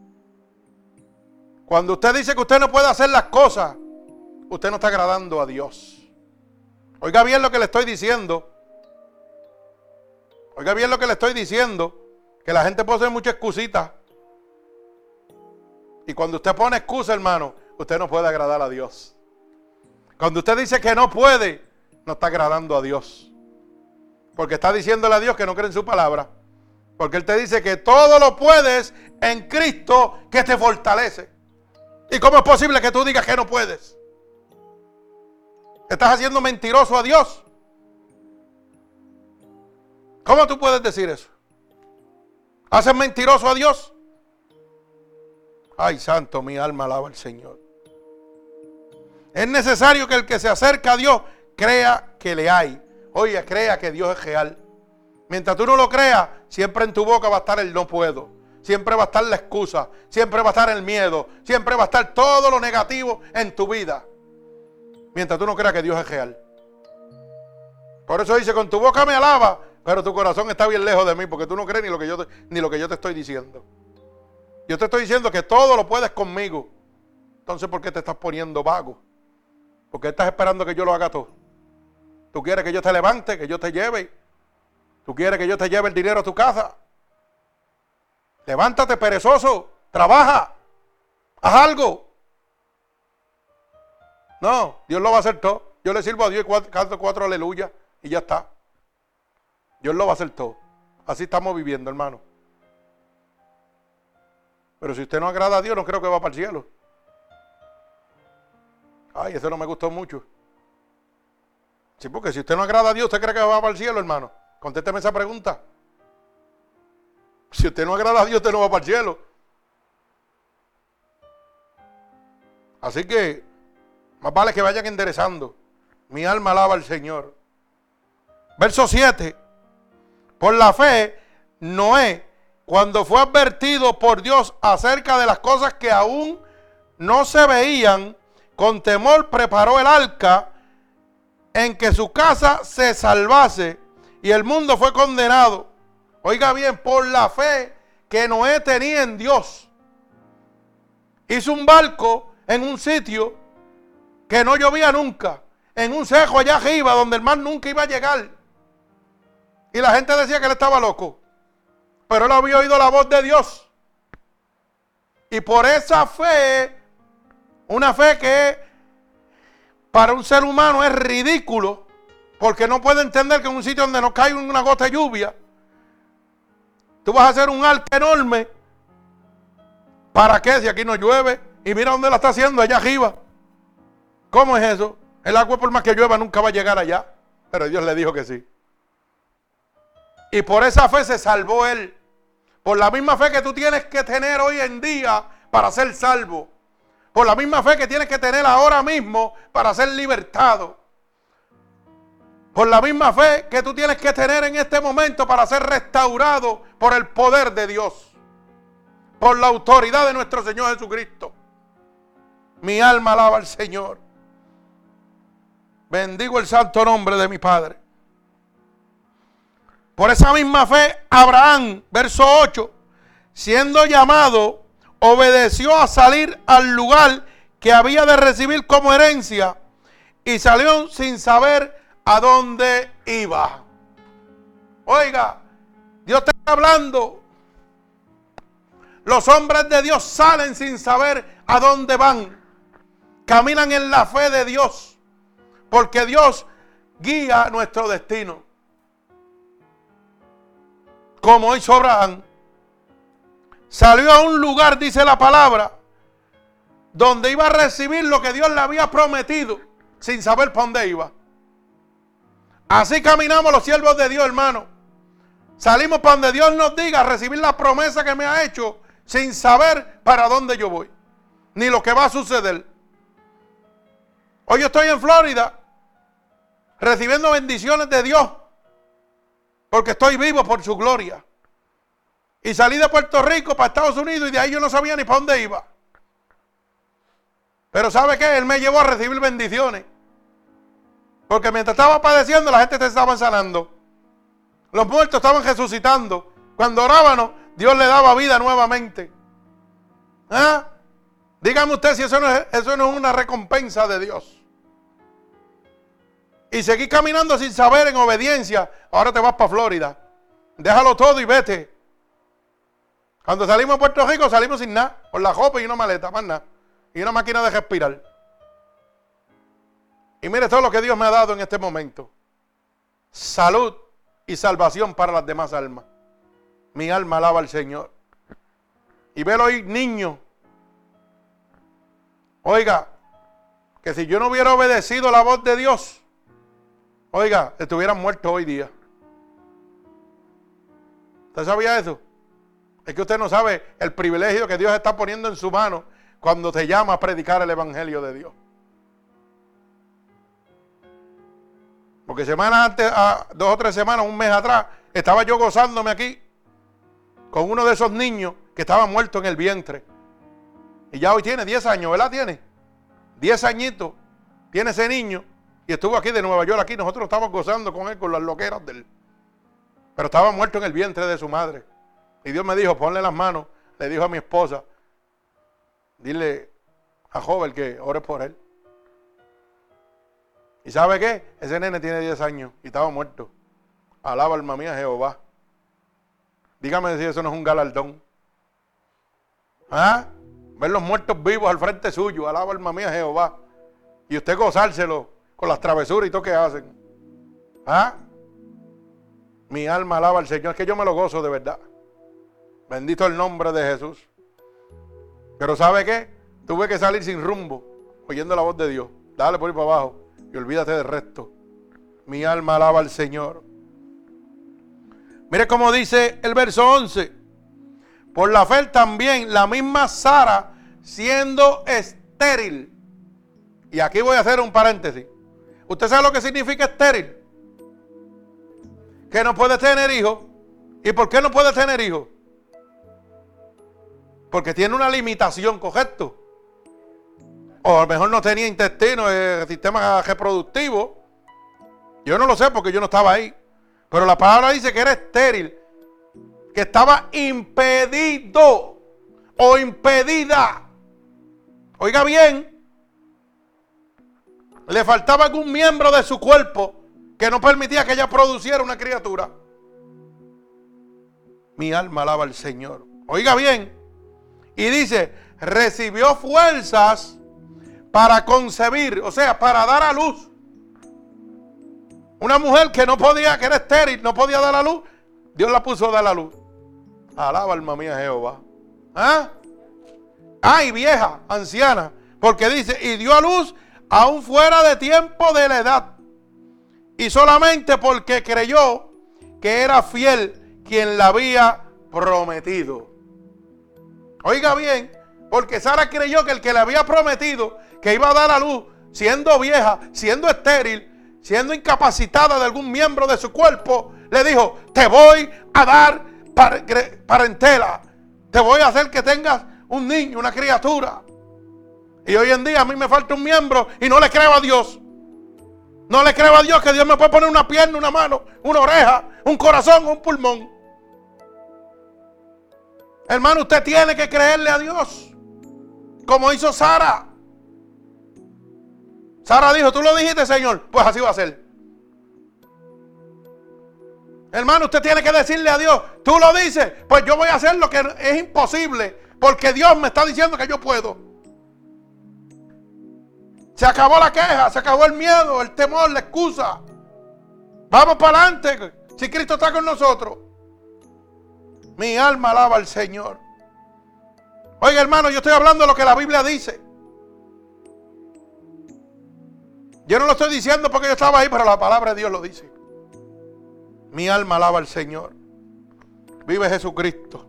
Cuando usted dice que usted no puede hacer las cosas, usted no está agradando a Dios. Oiga bien lo que le estoy diciendo. Oiga bien lo que le estoy diciendo. Que la gente pone muchas excusitas. Y cuando usted pone excusa, hermano, usted no puede agradar a Dios. Cuando usted dice que no puede, no está agradando a Dios. Porque está diciéndole a Dios que no cree en su palabra. Porque Él te dice que todo lo puedes en Cristo que te fortalece. ¿Y cómo es posible que tú digas que no puedes? ¿Estás haciendo mentiroso a Dios? ¿Cómo tú puedes decir eso? ¿Haces mentiroso a Dios? Ay, santo, mi alma alaba al Señor. Es necesario que el que se acerca a Dios crea que le hay. Oye, crea que Dios es real. Mientras tú no lo creas, siempre en tu boca va a estar el no puedo. Siempre va a estar la excusa. Siempre va a estar el miedo. Siempre va a estar todo lo negativo en tu vida. Mientras tú no creas que Dios es real. Por eso dice, con tu boca me alaba, pero tu corazón está bien lejos de mí, porque tú no crees ni lo que yo te estoy diciendo. Yo te estoy diciendo que todo lo puedes conmigo. Entonces, ¿por qué te estás poniendo vago? ¿Por qué estás esperando que yo lo haga todo? ¿Tú quieres que yo te levante, que yo te lleve? ¿Tú quieres que yo te lleve el dinero a tu casa? Levántate, perezoso, trabaja, haz algo. No, Dios lo va a hacer todo. Yo le sirvo a Dios y canto 4 aleluya y ya está. Dios lo va a hacer todo. Así estamos viviendo, hermano. Pero si usted no agrada a Dios, no creo que va para el cielo. Ay, eso no me gustó mucho. Sí, porque si usted no agrada a Dios, ¿usted cree que va para el cielo, hermano? Contésteme esa pregunta. Si usted no agrada a Dios, usted no va para el cielo. Así que, más vale que vayan enderezando. Mi alma alaba al Señor. Verso 7. Por la fe, Noé, cuando fue advertido por Dios acerca de las cosas que aún no se veían, con temor preparó el arca en que su casa se salvase y el mundo fue condenado. Oiga bien, por la fe que Noé tenía en Dios, hizo un barco en un sitio que no llovía nunca, en un cejo allá arriba donde el mar nunca iba a llegar. Y la gente decía que él estaba loco, pero él había oído la voz de Dios. Y por esa fe, una fe que para un ser humano es ridículo, porque no puede entender que en un sitio donde no cae una gota de lluvia, tú vas a hacer un arca enorme. ¿Para qué? Si aquí no llueve. Y mira dónde la está haciendo, allá arriba. ¿Cómo es eso? El agua, por más que llueva, nunca va a llegar allá. Pero Dios le dijo que sí. Y por esa fe se salvó él. Por la misma fe que tú tienes que tener hoy en día para ser salvo. Por la misma fe que tienes que tener ahora mismo para ser libertado. Por la misma fe que tú tienes que tener en este momento para ser restaurado por el poder de Dios. Por la autoridad de nuestro Señor Jesucristo. Mi alma alaba al Señor. Bendigo el santo nombre de mi Padre. Por esa misma fe, Abraham, verso 8, siendo llamado, obedeció a salir al lugar que había de recibir como herencia y salió sin saber a dónde iba. Oiga, Dios está hablando. Los hombres de Dios salen sin saber a dónde van. Caminan en la fe de Dios, porque Dios guía nuestro destino. Como hizo Abraham, salió a un lugar, dice la palabra, donde iba a recibir lo que Dios le había prometido, sin saber para dónde iba. Así caminamos los siervos de Dios, hermano. Salimos para donde Dios nos diga, a recibir la promesa que me ha hecho, sin saber para dónde yo voy, ni lo que va a suceder. Hoy yo estoy en Florida, recibiendo bendiciones de Dios, porque estoy vivo por su gloria. Y salí de Puerto Rico para Estados Unidos y de ahí yo no sabía ni para dónde iba. Pero ¿sabe qué? Él me llevó a recibir bendiciones. Porque mientras estaba padeciendo, la gente se estaba sanando. Los muertos estaban resucitando. Cuando orábamos, Dios le daba vida nuevamente. ¿Ah? Dígame usted si eso no es una recompensa de Dios. Y seguí caminando sin saber, en obediencia. Ahora te vas para Florida. Déjalo todo y vete. Cuando salimos a Puerto Rico salimos sin nada. Con la ropa y una maleta, más nada. Y una máquina de respirar. Y mire todo lo que Dios me ha dado en este momento. Salud y salvación para las demás almas. Mi alma alaba al Señor. Y velo hoy, niño. Oiga, que si yo no hubiera obedecido la voz de Dios, oiga, estuvieran muertos hoy día. ¿Usted sabía eso? Es que usted no sabe el privilegio que Dios está poniendo en su mano cuando te llama a predicar el evangelio de Dios. Porque semanas antes, 2 o 3 semanas, un mes atrás, estaba yo gozándome aquí con uno de esos niños que estaba muerto en el vientre. Y ya hoy tiene 10 años, ¿verdad? Tiene 10 añitos, tiene ese niño. Y estuvo aquí de Nueva York, aquí nosotros estábamos gozando con él, con las loqueras de él. Pero estaba muerto en el vientre de su madre. Y Dios me dijo, ponle las manos. Le dijo a mi esposa, dile a Joven que ore por él. ¿Y sabe qué? Ese nene tiene 10 años y estaba muerto. Alaba alma mía Jehová. Dígame si eso no es un galardón. ¿Ah? Ver los muertos vivos al frente suyo. Alaba alma mía Jehová. Y usted gozárselo con las travesuras y todo que hacen. ¿Ah? Mi alma alaba al Señor. Es que yo me lo gozo de verdad. Bendito el nombre de Jesús. Pero ¿sabe qué? Tuve que salir sin rumbo, oyendo la voz de Dios. Dale por ahí para abajo y olvídate del resto. Mi alma alaba al Señor. Mire cómo dice el verso 11. Por la fe también la misma Sara, siendo estéril. Y aquí voy a hacer un paréntesis. ¿Usted sabe lo que significa estéril? Que no puede tener hijos. ¿Y por qué no puede tener hijos? Porque tiene una limitación, ¿correcto? O a lo mejor no tenía intestino, sistema reproductivo. Yo no lo sé porque yo no estaba ahí. Pero la palabra dice que era estéril. Que estaba impedido o impedida. Oiga bien. Le faltaba algún miembro de su cuerpo que no permitía que ella produciera una criatura. Mi alma alaba al Señor. Oiga bien. Y dice, recibió fuerzas para concebir, o sea, para dar a luz. Una mujer que no podía, que era estéril, no podía dar a luz, Dios la puso a dar a luz. Alaba alma mía Jehová. Y vieja, anciana, porque dice, y dio a luz aún fuera de tiempo de la edad, y solamente porque creyó que era fiel quien la había prometido. Oiga bien, porque Sara creyó que el que le había prometido que iba a dar a luz, siendo vieja, siendo estéril, siendo incapacitada de algún miembro de su cuerpo, le dijo, te voy a dar parentela, te voy a hacer que tengas un niño, una criatura. Y hoy en día a mí me falta un miembro y no le creo a Dios. No le creo a Dios que Dios me puede poner una pierna, una mano, una oreja, un corazón, un pulmón. Hermano, usted tiene que creerle a Dios, como hizo Sara. Sara dijo, tú lo dijiste, Señor, pues así va a ser. Hermano, usted tiene que decirle a Dios, tú lo dices, pues yo voy a hacer lo que es imposible, porque Dios me está diciendo que yo puedo. Se acabó la queja, se acabó el miedo, el temor, la excusa. Vamos para adelante, si Cristo está con nosotros. Mi alma alaba al Señor. Oiga, hermano, yo estoy hablando de lo que la Biblia dice. Yo no lo estoy diciendo porque yo estaba ahí, pero la palabra de Dios lo dice. Mi alma alaba al Señor. Vive Jesucristo.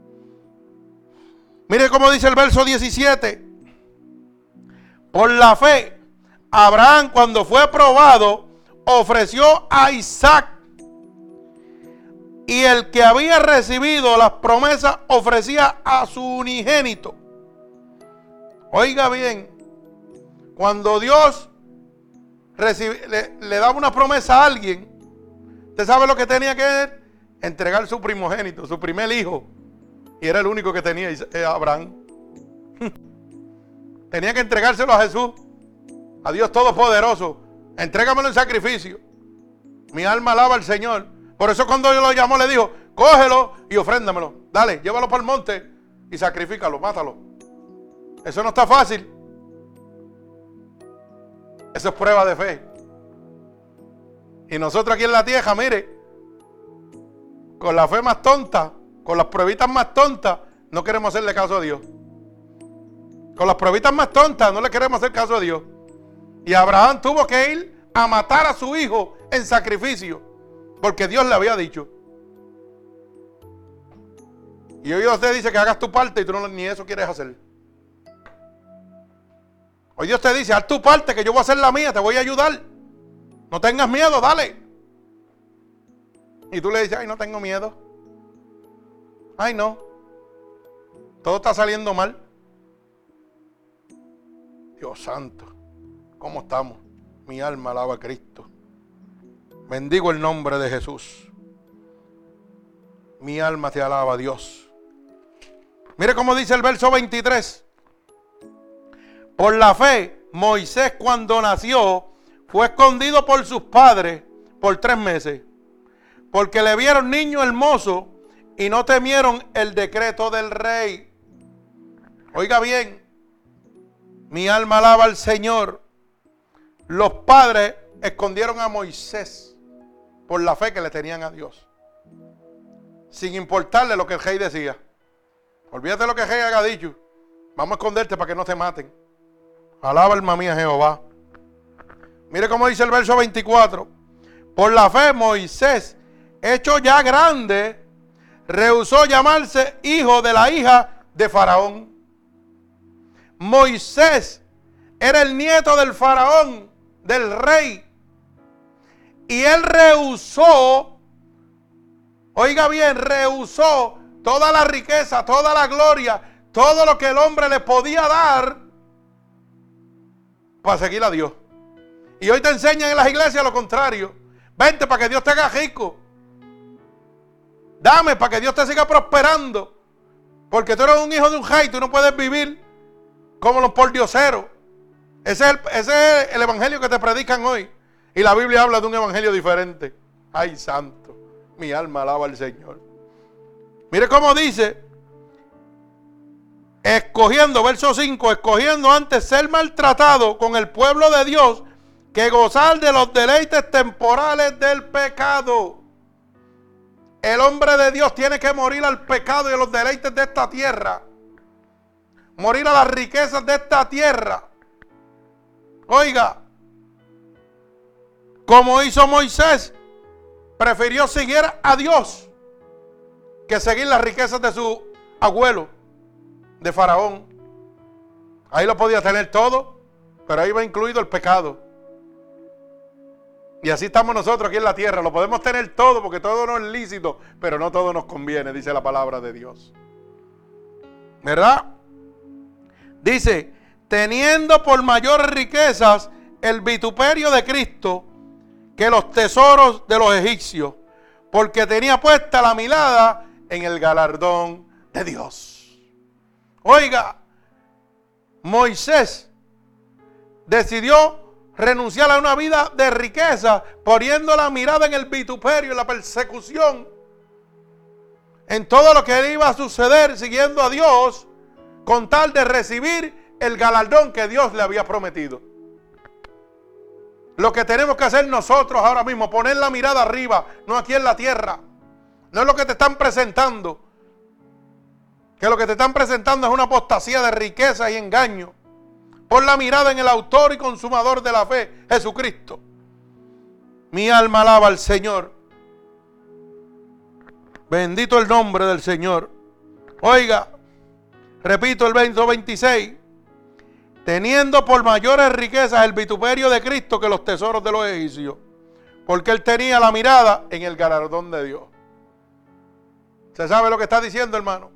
Mire cómo dice el verso 17. Por la fe, Abraham, cuando fue probado, ofreció a Isaac. Y el que había recibido las promesas ofrecía a su unigénito. Oiga bien, cuando Dios le daba una promesa a alguien, ¿usted sabe lo que tenía que hacer? Entregar su primogénito, su primer hijo. Y era el único que tenía Abraham. Tenía que entregárselo a Jesús, a Dios Todopoderoso. Entrégamelo en sacrificio. Mi alma alaba al Señor. Por eso cuando Dios lo llamó le dijo, cógelo y ofréndamelo. Dale, llévalo para el monte y sacrifícalo, mátalo. Eso no está fácil. Eso es prueba de fe. Y nosotros aquí en la tierra, mire, con la fe más tonta, con las pruebitas más tontas, no queremos hacerle caso a Dios. Con las pruebitas más tontas no le queremos hacer caso a Dios. Y Abraham tuvo que ir a matar a su hijo en sacrificio, porque Dios le había dicho. Y hoy Dios te dice que hagas tu parte y tú ni eso quieres hacer. Hoy Dios te dice, haz tu parte que yo voy a hacer la mía, te voy a ayudar. No tengas miedo, dale. Y tú le dices, ay, no tengo miedo. Ay, no. Todo está saliendo mal. Dios santo, ¿cómo estamos? Mi alma alaba a Cristo. Bendigo el nombre de Jesús. Mi alma te alaba, Dios. Mire cómo dice el verso 23. Por la fe, Moisés cuando nació fue escondido por sus padres por 3 meses, porque le vieron niño hermoso y no temieron el decreto del rey. Oiga bien, mi alma alaba al Señor. Los padres escondieron a Moisés por la fe que le tenían a Dios, sin importarle lo que el rey decía. Olvídate de lo que el rey haya dicho. Vamos a esconderte para que no te maten. Alaba alma mía Jehová. Mire cómo dice el verso 24. Por la fe Moisés, hecho ya grande, rehusó llamarse hijo de la hija de Faraón. Moisés era el nieto del Faraón, del rey. Y él rehusó, oiga bien, rehusó toda la riqueza, toda la gloria, todo lo que el hombre le podía dar para seguir a Dios. Y hoy te enseñan en las iglesias lo contrario. Vente para que Dios te haga rico. Dame para que Dios te siga prosperando. Porque tú eres un hijo de un rey, tú no puedes vivir como los pordioseros. Ese es el evangelio que te predican hoy. Y la Biblia habla de un evangelio diferente. Ay, santo, mi alma alaba al Señor. Mire cómo dice. escogiendo, verso 5, escogiendo antes ser maltratado con el pueblo de Dios que gozar de los deleites temporales del pecado. El hombre de Dios tiene que morir al pecado y a los deleites de esta tierra. Morir a las riquezas de esta tierra. Oiga, como hizo Moisés, prefirió seguir a Dios que seguir las riquezas de su abuelo, de Faraón. Ahí lo podía tener todo, pero ahí va incluido el pecado. Y así estamos nosotros aquí en la tierra. Lo podemos tener todo porque todo no es lícito, pero no todo nos conviene, dice la palabra de Dios. ¿Verdad? Dice, teniendo por mayores riquezas el vituperio de Cristo que los tesoros de los egipcios, porque tenía puesta la mirada en el galardón de Dios. Oiga, Moisés decidió renunciar a una vida de riqueza, poniendo la mirada en el vituperio, en la persecución, en todo lo que iba a suceder siguiendo a Dios, con tal de recibir el galardón que Dios le había prometido. Lo que tenemos que hacer nosotros ahora mismo, poner la mirada arriba, no aquí en la tierra. No es lo que te están presentando, que lo que te están presentando es una apostasía de riqueza y engaño. Pon la mirada en el autor y consumador de la fe, Jesucristo. Mi alma alaba al Señor. Bendito el nombre del Señor. Oiga, repito el verso 26. Teniendo por mayores riquezas el vituperio de Cristo que los tesoros de los egipcios, porque él tenía la mirada en el galardón de Dios. ¿Se sabe lo que está diciendo, hermano?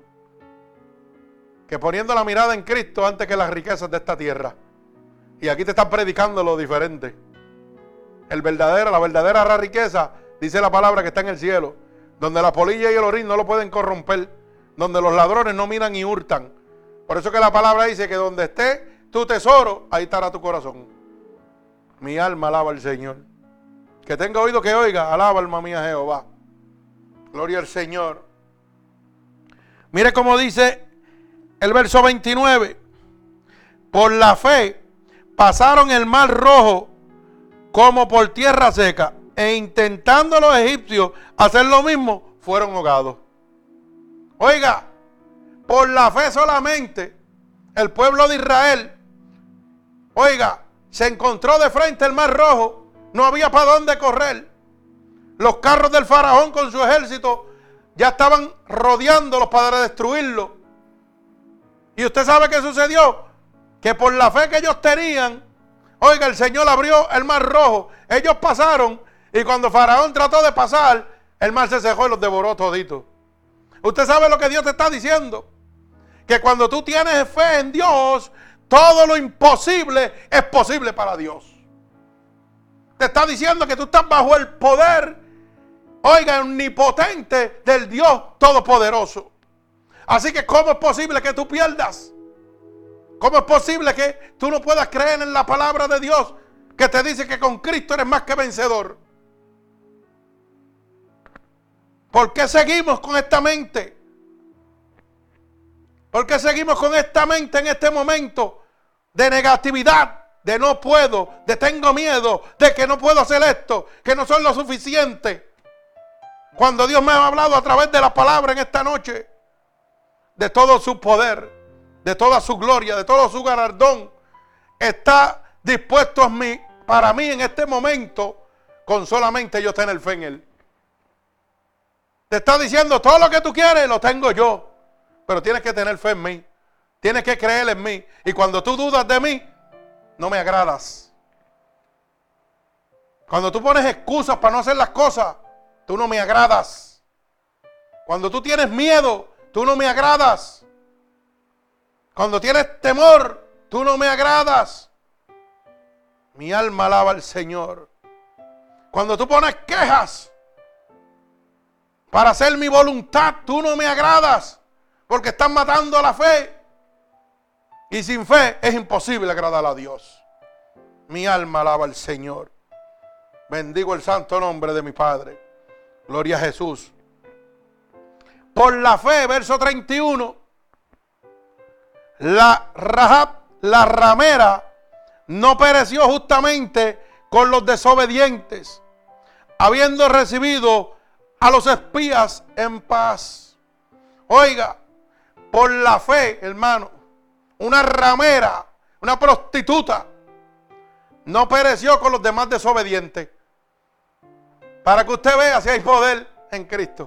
Que poniendo la mirada en Cristo antes que las riquezas de esta tierra. Y aquí te están predicando lo diferente. La verdadera riqueza, dice la palabra, que está en el cielo, donde la polilla y el orín no lo pueden corromper, donde los ladrones no miran y hurtan. Por eso que la palabra dice que donde esté tu tesoro, ahí estará tu corazón. Mi alma alaba al Señor. Que tenga oído que oiga, alaba alma mía Jehová. Gloria al Señor. Mire cómo dice el verso 29. Por la fe pasaron el mar rojo como por tierra seca, e intentando los egipcios hacer lo mismo, fueron ahogados. Oiga, por la fe solamente el pueblo de Israel, oiga, se encontró de frente el mar rojo, no había para dónde correr. Los carros del faraón con su ejército ya estaban rodeándolos para destruirlo. Y usted sabe qué sucedió, que por la fe que ellos tenían, oiga, el Señor abrió el mar rojo, ellos pasaron, y cuando Faraón trató de pasar, el mar se cejó y los devoró toditos. Usted sabe lo que Dios te está diciendo, que cuando tú tienes fe en Dios, todo lo imposible es posible para Dios. Te está diciendo que tú estás bajo el poder, oiga, omnipotente del Dios Todopoderoso. Así que ¿cómo es posible que tú pierdas? ¿Cómo es posible que tú no puedas creer en la palabra de Dios que te dice que con Cristo eres más que vencedor? ¿Por qué seguimos con esta mente? ¿Por qué seguimos con esta mente en este momento de negatividad, de no puedo, de tengo miedo, de que no puedo hacer esto, que no soy lo suficiente? Cuando Dios me ha hablado a través de la palabra en esta noche, de todo su poder, de toda su gloria, de todo su galardón, está dispuesto para mí en este momento, con solamente yo tener fe en Él. Te está diciendo, todo lo que tú quieres lo tengo yo, pero tienes que tener fe en mí, tienes que creer en mí, y cuando tú dudas de mí, no me agradas. Cuando tú pones excusas para no hacer las cosas, tú no me agradas. Cuando tú tienes miedo, tú no me agradas. Cuando tienes temor, tú no me agradas. Mi alma alaba al Señor. Cuando tú pones quejas para hacer mi voluntad, tú no me agradas, porque estás matando la fe. Y sin fe es imposible agradar a Dios. Mi alma alaba al Señor. Bendigo el santo nombre de mi Padre. Gloria a Jesús. Por la fe, verso 31. La Rahab, la ramera, no pereció justamente con los desobedientes, habiendo recibido a los espías en paz. Oiga, por la fe, hermano, una ramera, una prostituta, no pereció con los demás desobedientes. Para que usted vea si hay poder en Cristo.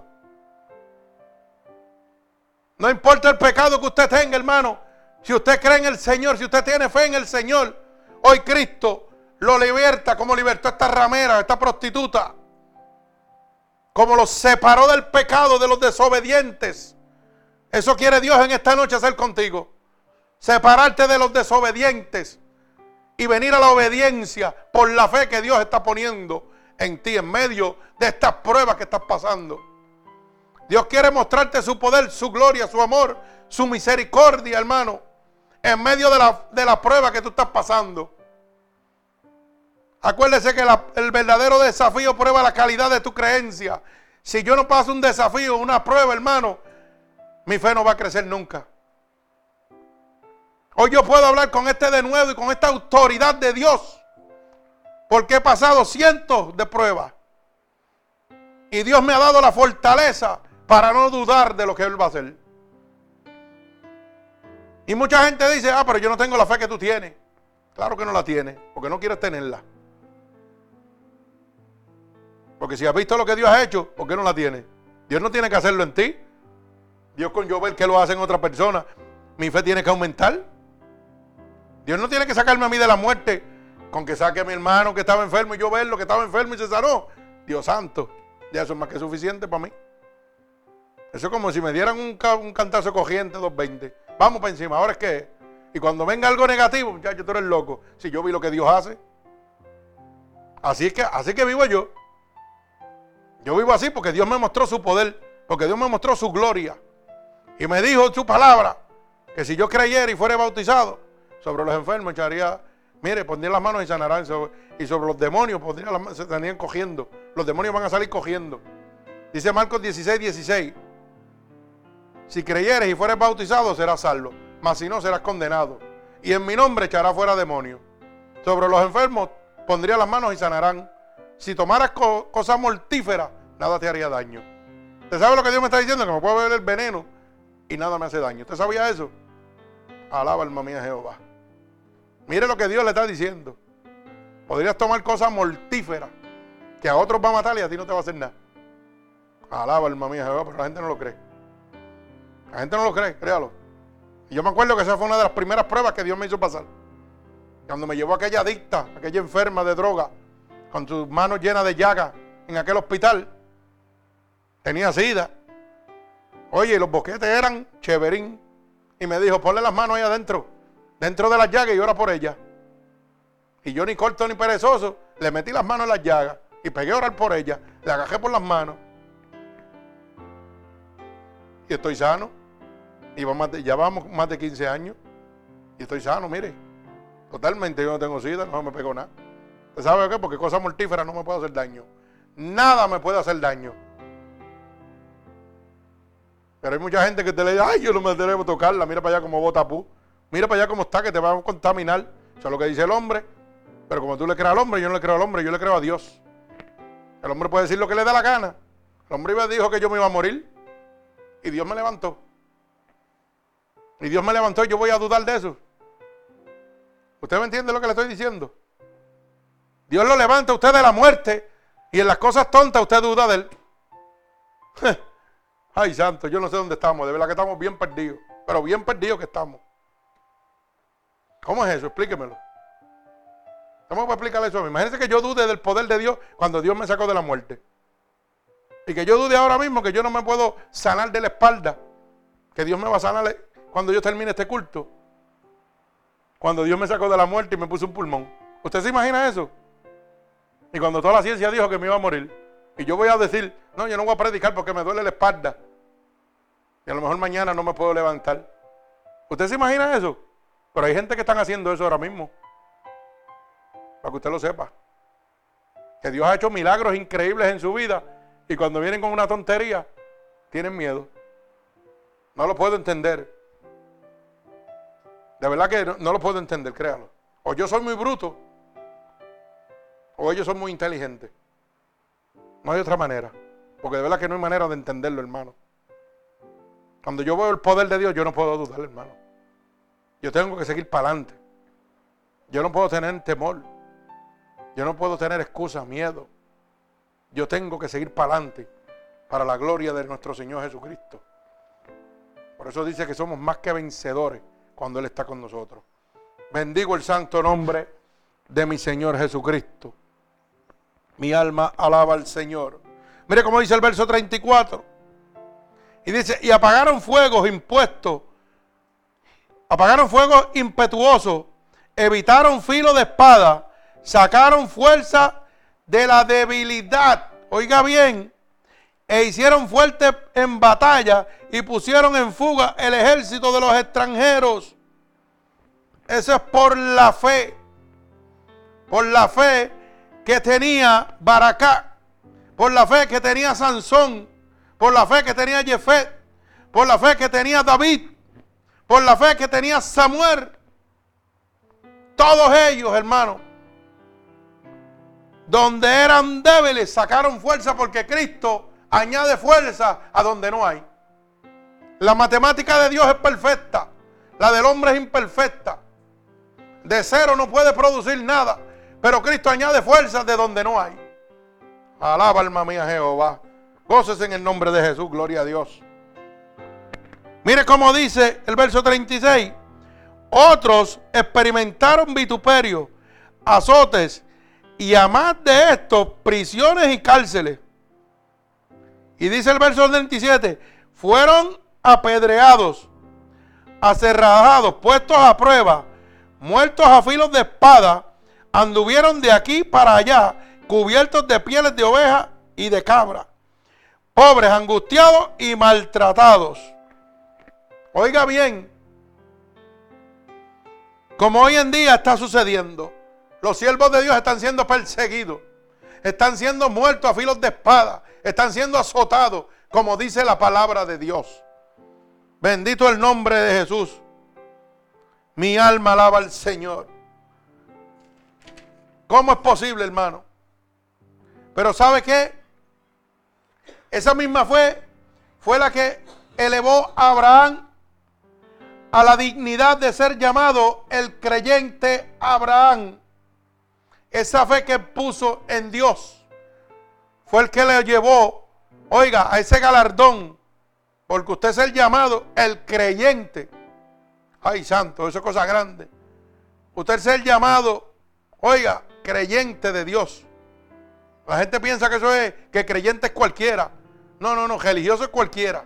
No importa el pecado que usted tenga, hermano. Si usted cree en el Señor, si usted tiene fe en el Señor, hoy Cristo lo liberta como libertó a esta ramera, a esta prostituta. Como los separó del pecado de los desobedientes. Eso quiere Dios en esta noche hacer contigo. Separarte de los desobedientes y venir a la obediencia por la fe que Dios está poniendo en ti en medio de estas pruebas que estás pasando. Dios quiere mostrarte su poder, su gloria, su amor, su misericordia, hermano, en medio de la prueba que tú estás pasando. Acuérdese que el verdadero desafío prueba la calidad de tu creencia. Si yo no paso un desafío, una prueba, hermano, mi fe no va a crecer nunca. Hoy yo puedo hablar con este denuedo y con esta autoridad de Dios, porque he pasado cientos de pruebas. Y Dios me ha dado la fortaleza para no dudar de lo que Él va a hacer. Y mucha gente dice, pero yo no tengo la fe que tú tienes. Claro que no la tienes, porque no quieres tenerla. Porque si has visto lo que Dios ha hecho, ¿por qué no la tienes? Dios no tiene que hacerlo en ti. Dios con yo ver que lo hace en otra persona, mi fe tiene que aumentar. Dios no tiene que sacarme a mí de la muerte con que saque a mi hermano que estaba enfermo y yo verlo que estaba enfermo y se sanó. Dios santo, ya eso es más que suficiente para mí. Eso es como si me dieran un cantazo cogiente 220. Vamos para encima, ¿ahora es qué? Y cuando venga algo negativo, muchacho, tú eres loco. Si yo vi lo que Dios hace. Así que vivo yo. Yo vivo así porque Dios me mostró su poder, porque Dios me mostró su gloria. Y me dijo su palabra, que si yo creyera y fuera bautizado, sobre los enfermos echaría, mire, pondría las manos y sanarán. Y sobre los demonios pondría las manos, se estarían cogiendo. Los demonios van a salir cogiendo. Dice Marcos 16:16. Si creyeres y fueres bautizado, serás salvo. Mas si no, serás condenado. Y en mi nombre echará fuera demonios. Sobre los enfermos pondría las manos y sanarán. Si tomaras cosas mortíferas, nada te haría daño. ¿Usted sabe lo que Dios me está diciendo? Que me puedo beber el veneno y nada me hace daño. ¿Usted sabía eso? Alaba alma mía Jehová. Mire lo que Dios le está diciendo. Podrías tomar cosas mortíferas que a otros va a matar y a ti no te va a hacer nada. Alaba alma mía Jehová, pero la gente no lo cree. La gente no lo cree, créalo. Y yo me acuerdo que esa fue una de las primeras pruebas que Dios me hizo pasar. Cuando me llevó a aquella adicta, aquella enferma de droga, con sus manos llenas de llagas en aquel hospital. Tenía sida. Oye, los boquetes eran chéverín. Y me dijo, ponle las manos ahí adentro, dentro de las llagas y ora por ella. Y yo ni corto ni perezoso, le metí las manos en las llagas y pegué a orar por ella. Le agajé por las manos. Y estoy sano. Y ya vamos más de 15 años. Y estoy sano, mire. Totalmente, yo no tengo sida, no me pegó nada. ¿Usted sabe qué? Porque cosas mortíferas no me puede hacer daño. Nada me puede hacer daño. Pero hay mucha gente que te le dice, ay, yo no me atrevo a tocarla, mira para allá como bota pu. Mira para allá cómo está, que te va a contaminar. Eso es lo que dice el hombre. Pero como tú le crees al hombre, yo no le creo al hombre, yo le creo a Dios. El hombre puede decir lo que le da la gana. El hombre dijo que yo me iba a morir. Y Dios me levantó. Y Dios me levantó y yo voy a dudar de eso. ¿Usted me entiende lo que le estoy diciendo? Dios lo levanta a usted de la muerte y en las cosas tontas usted duda de él. Ay, santo, yo no sé dónde estamos. De verdad que estamos bien perdidos. Pero bien perdidos que estamos. ¿Cómo es eso? Explíquemelo. ¿Cómo puedo explicarle eso a mí? Imagínense que yo dude del poder de Dios cuando Dios me sacó de la muerte. Y que yo dude ahora mismo que yo no me puedo sanar de la espalda. Que Dios me va a sanar cuando yo termine este culto. Cuando Dios me sacó de la muerte y me puso un pulmón. ¿Usted se imagina eso? Y cuando toda la ciencia dijo que me iba a morir. Y yo voy a decir, no, yo no voy a predicar porque me duele la espalda. Y a lo mejor mañana no me puedo levantar. ¿Usted se imagina eso? Pero hay gente que están haciendo eso ahora mismo. Para que usted lo sepa. Que Dios ha hecho milagros increíbles en su vida. Y cuando vienen con una tontería, tienen miedo. No lo puedo entender. De verdad que no lo puedo entender, créalo. O yo soy muy bruto, o ellos son muy inteligentes. No hay otra manera. Porque de verdad que no hay manera de entenderlo, hermano. Cuando yo veo el poder de Dios, yo no puedo dudar, hermano. Yo tengo que seguir para adelante. Yo no puedo tener temor. Yo no puedo tener excusas, miedo. Yo tengo que seguir para adelante para la gloria de nuestro Señor Jesucristo. Por eso dice que somos más que vencedores cuando Él está con nosotros. Bendigo el santo nombre de mi Señor Jesucristo. Mi alma alaba al Señor. Mire cómo dice el verso 34. Y dice, y apagaron fuegos impuestos, apagaron fuegos impetuosos, evitaron filo de espada, sacaron fuerza de la debilidad, oiga bien, e hicieron fuerte en batalla y pusieron en fuga el ejército de los extranjeros. Eso es por la fe que tenía Baracá, por la fe que tenía Sansón, por la fe que tenía Jefet, por la fe que tenía David, por la fe que tenía Samuel. Todos ellos, hermanos, donde eran débiles, sacaron fuerza, porque Cristo añade fuerza a donde no hay. La matemática de Dios es perfecta, la del hombre es imperfecta. De cero no puede producir nada, pero Cristo añade fuerza de donde no hay. Alaba alma mía Jehová. Gócese en el nombre de Jesús, gloria a Dios. Mire cómo dice el verso 36. Otros experimentaron vituperio, azotes y a más de esto, prisiones y cárceles. Y dice el verso 37, fueron apedreados, acerrajados, puestos a prueba, muertos a filos de espada, anduvieron de aquí para allá, cubiertos de pieles de oveja y de cabra, pobres, angustiados y maltratados. Oiga bien, como hoy en día está sucediendo, los siervos de Dios están siendo perseguidos, están siendo muertos a filos de espada, están siendo azotados, como dice la palabra de Dios. Bendito el nombre de Jesús. Mi alma alaba al Señor. ¿Cómo es posible, hermano? Pero ¿sabe qué? Esa misma fue la que elevó a Abraham a la dignidad de ser llamado el creyente Abraham. Esa fe que puso en Dios fue el que le llevó, oiga, a ese galardón, porque usted es el llamado el creyente. Ay, santo, eso es cosa grande. Usted es el llamado, oiga, creyente de Dios. La gente piensa que eso es, que creyente es cualquiera. No, religioso es cualquiera.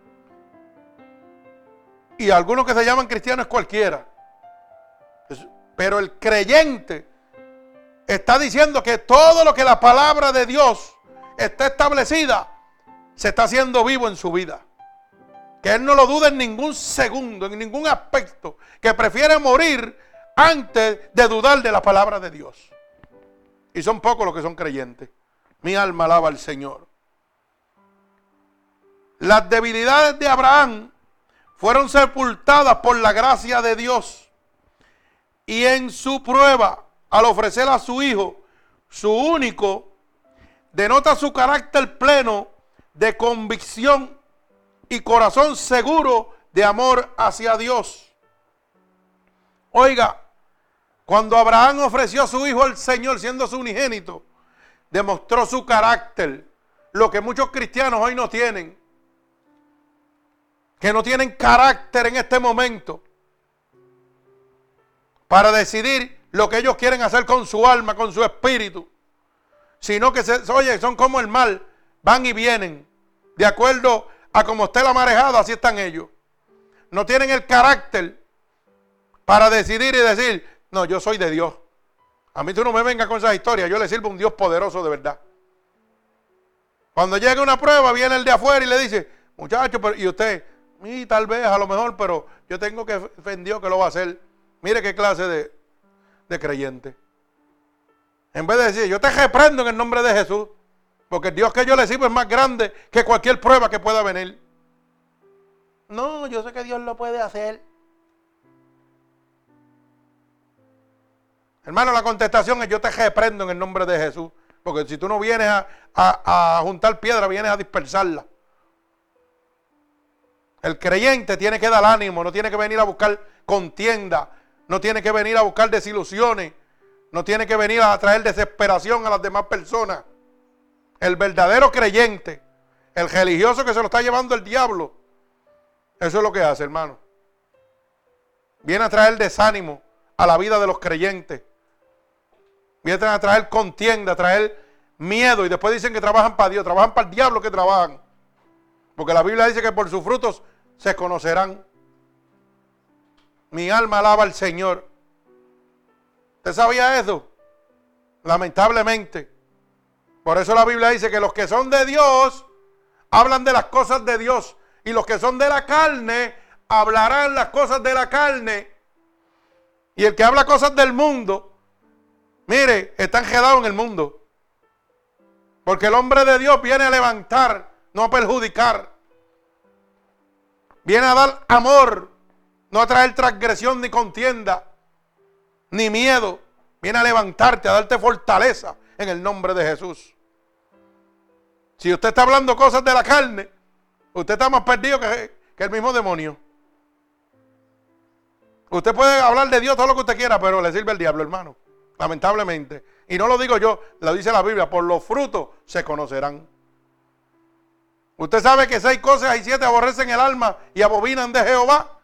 Y algunos que se llaman cristianos es cualquiera. Pero el creyente está diciendo que todo lo que la palabra de Dios está establecida, se está haciendo vivo en su vida. Que él no lo duda en ningún segundo, en ningún aspecto. Que prefiere morir antes de dudar de la palabra de Dios. Y son pocos los que son creyentes. Mi alma alaba al Señor. Las debilidades de Abraham fueron sepultadas por la gracia de Dios. Y en su prueba, al ofrecer a su hijo, su único, denota su carácter pleno de convicción y corazón seguro de amor hacia Dios. Oiga, cuando Abraham ofreció a su hijo al Señor siendo su unigénito, demostró su carácter, lo que muchos cristianos hoy no tienen, que no tienen carácter en este momento para decidir lo que ellos quieren hacer con su alma, con su espíritu, sino que son como el mar, van y vienen, de acuerdo a como esté la marejada, así están ellos. No tienen el carácter para decidir y decir, no, yo soy de Dios. A mí tú no me vengas con esas historias, yo le sirvo a un Dios poderoso de verdad. Cuando llega una prueba, viene el de afuera y le dice, muchacho, y usted, y tal vez, a lo mejor, pero yo tengo que fe en Dios que lo va a hacer. Mire qué clase de creyente. En vez de decir, yo te reprendo en el nombre de Jesús, porque el Dios que yo le sirvo es más grande que cualquier prueba que pueda venir. No, yo sé que Dios lo puede hacer. Hermano, la contestación es: yo te reprendo en el nombre de Jesús. Porque si tú no vienes a juntar piedra, vienes a dispersarla. El creyente tiene que dar ánimo, no tiene que venir a buscar contienda, no tiene que venir a buscar desilusiones, no tiene que venir a traer desesperación a las demás personas. El verdadero creyente, el religioso que se lo está llevando el diablo, eso es lo que hace, hermano. Viene a traer desánimo a la vida de los creyentes. Vienen a traer contienda, a traer miedo, y después dicen que trabajan para Dios, trabajan para el diablo que trabajan. Porque la Biblia dice que por sus frutos se conocerán. Mi alma alaba al Señor. ¿Usted sabía eso? Lamentablemente. Por eso la Biblia dice que los que son de Dios hablan de las cosas de Dios, y los que son de la carne hablarán las cosas de la carne. Y el que habla cosas del mundo, mire, está enredado en el mundo. Porque el hombre de Dios viene a levantar, no a perjudicar. Viene a dar amor, no a traer transgresión ni contienda, ni miedo. Viene a levantarte, a darte fortaleza en el nombre de Jesús. Si usted está hablando cosas de la carne, usted está más perdido que el mismo demonio. Usted puede hablar de Dios todo lo que usted quiera, pero le sirve el diablo, hermano. Lamentablemente. Y no lo digo yo, lo dice la Biblia: por los frutos se conocerán. Usted sabe que 6 cosas y 7 aborrecen el alma y abominan de Jehová.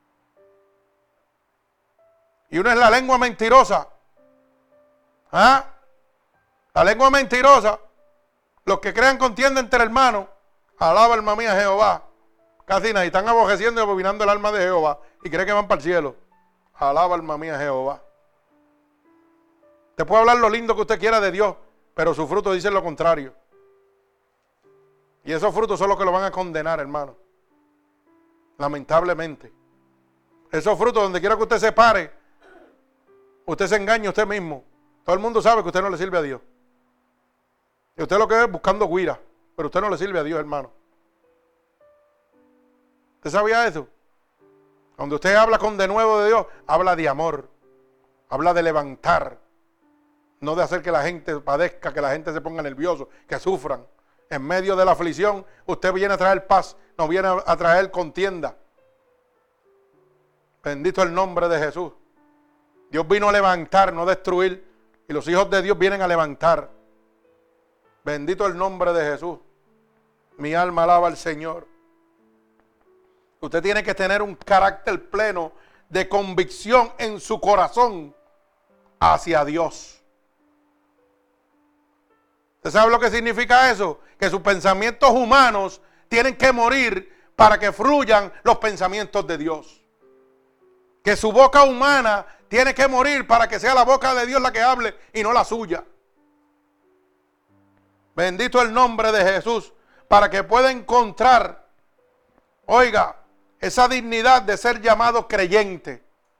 Y una es la lengua mentirosa. ¿Ah? La lengua mentirosa. Los que crean contienda entre hermanos, alaba alma mía Jehová. Casi nadie, están aborreciendo y abominando el alma de Jehová y creen que van para el cielo. Alaba alma mía Jehová. Usted puede hablar lo lindo que usted quiera de Dios, pero sus frutos dicen lo contrario. Y esos frutos son los que lo van a condenar, hermano. Lamentablemente. Esos frutos, donde quiera que usted se pare, usted se engaña a usted mismo. Todo el mundo sabe que usted no le sirve a Dios. Y usted lo que es buscando guira, pero usted no le sirve a Dios, hermano. ¿Usted sabía eso? Cuando usted habla con de nuevo de Dios, habla de amor, habla de levantar, no de hacer que la gente padezca, que la gente se ponga nervioso, que sufran. En medio de la aflicción, usted viene a traer paz, no viene a traer contienda. Bendito el nombre de Jesús. Dios vino a levantar, no destruir, y los hijos de Dios vienen a levantar. Bendito el nombre de Jesús. Mi alma alaba al Señor. Usted tiene que tener un carácter pleno de convicción en su corazón hacia Dios. ¿Usted sabe lo que significa eso? Que sus pensamientos humanos tienen que morir para que fluyan los pensamientos de Dios. Que su boca humana tiene que morir para que sea la boca de Dios la que hable y no la suya. Bendito el nombre de Jesús, para que pueda encontrar, oiga, esa dignidad de ser llamado creyente.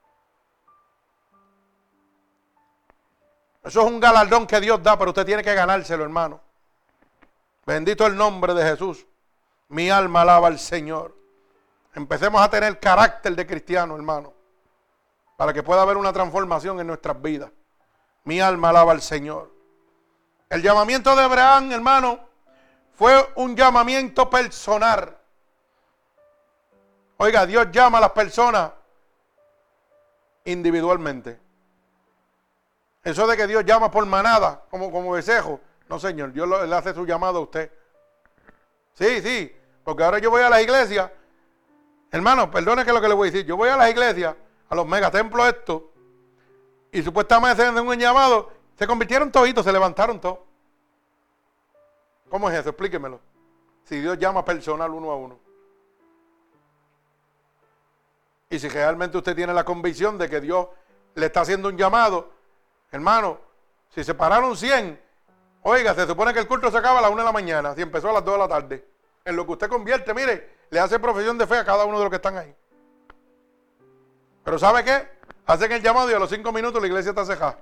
Eso es un galardón que Dios da, pero usted tiene que ganárselo, hermano. Bendito el nombre de Jesús. Mi alma alaba al Señor. Empecemos a tener carácter de cristiano, hermano, para que pueda haber una transformación en nuestras vidas. Mi alma alaba al Señor. El llamamiento de Abraham, hermano, fue un llamamiento personal. Oiga, Dios llama a las personas individualmente. Eso de que Dios llama por manada, como becerro. No, señor, Dios le hace su llamado a usted. Sí, porque ahora yo voy a las iglesias. Hermano, perdone que es lo que le voy a decir. Yo voy a las iglesias, a los megatemplos estos, y supuestamente hacen un llamado, se convirtieron toditos, se levantaron todos. ¿Cómo es eso? Explíquemelo. Si Dios llama personal uno a uno. Y si realmente usted tiene la convicción de que Dios le está haciendo un llamado, hermano, si se pararon 100, oiga, se supone que el culto se acaba a las 1 de la mañana, si empezó a las 2 de la tarde. En lo que usted convierte, mire, le hace profesión de fe a cada uno de los que están ahí. Pero ¿sabe qué? Hacen el llamado y a los 5 minutos la iglesia está cejada.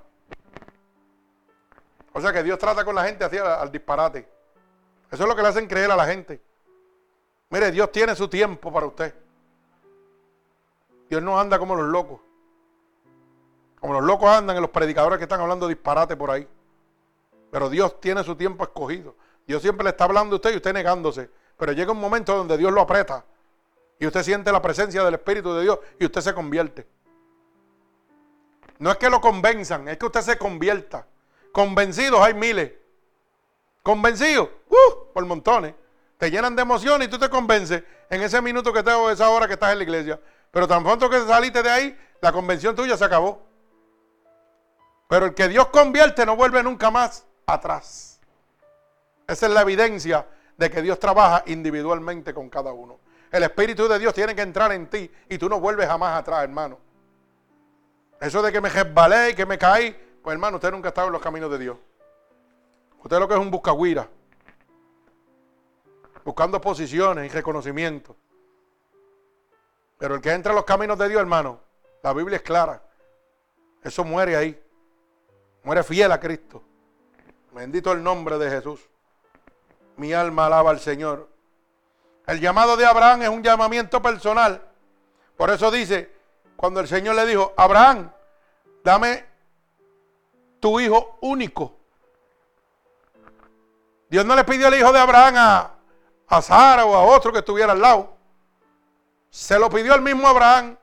O sea que Dios trata con la gente así al disparate. Eso es lo que le hacen creer a la gente. Mire, Dios tiene su tiempo para usted. Dios no anda como los locos. Como los locos andan en los predicadores que están hablando disparate por ahí. Pero Dios tiene su tiempo escogido. Dios siempre le está hablando a usted y usted negándose. Pero llega un momento donde Dios lo aprieta. Y usted siente la presencia del Espíritu de Dios y usted se convierte. No es que lo convenzan, es que usted se convierta. Convencidos hay miles. Convencidos, por montones. Te llenan de emoción y tú te convences en ese minuto que tengo, esa hora que estás en la iglesia. Pero tan pronto que saliste de ahí, la convención tuya se acabó. Pero el que Dios convierte no vuelve nunca más atrás. Esa es la evidencia de que Dios trabaja individualmente con cada uno. El Espíritu de Dios tiene que entrar en ti y tú no vuelves jamás atrás, hermano. Eso de que me resbalé y que me caí, pues hermano, usted nunca ha estado en los caminos de Dios. Usted lo que es un buscagüira, buscando posiciones y reconocimiento. Pero el que entra en los caminos de Dios, hermano, la Biblia es clara. Eso muere ahí. Muere fiel a Cristo. Bendito el nombre de Jesús. Mi alma alaba al Señor. El llamado de Abraham es un llamamiento personal. Por eso dice, cuando el Señor le dijo, Abraham, dame tu hijo único. Dios no le pidió el hijo de Abraham a Sara o a otro que estuviera al lado. Se lo pidió el mismo Abraham.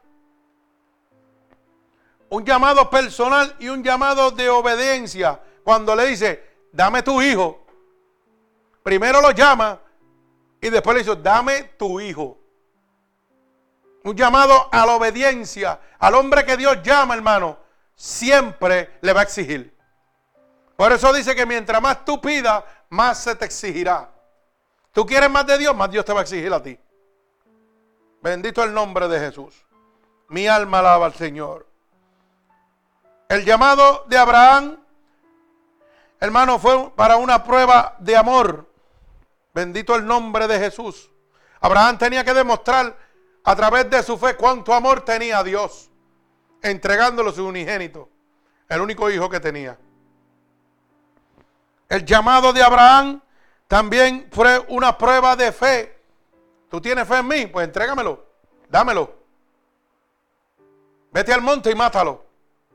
Un llamado personal y un llamado de obediencia. Cuando le dice, dame tu hijo. Primero lo llama y después le dice, dame tu hijo. Un llamado a la obediencia. Al hombre que Dios llama, hermano, siempre le va a exigir. Por eso dice que mientras más tú pidas, más se te exigirá. Tú quieres más de Dios, más Dios te va a exigir a ti. Bendito el nombre de Jesús. Mi alma alaba al Señor. El llamado de Abraham, hermano, fue para una prueba de amor. Bendito el nombre de Jesús. Abraham tenía que demostrar a través de su fe cuánto amor tenía a Dios, entregándole su unigénito, el único hijo que tenía. El llamado de Abraham también fue una prueba de fe. ¿Tú tienes fe en mí? Pues entrégamelo, dámelo. Vete al monte y mátalo.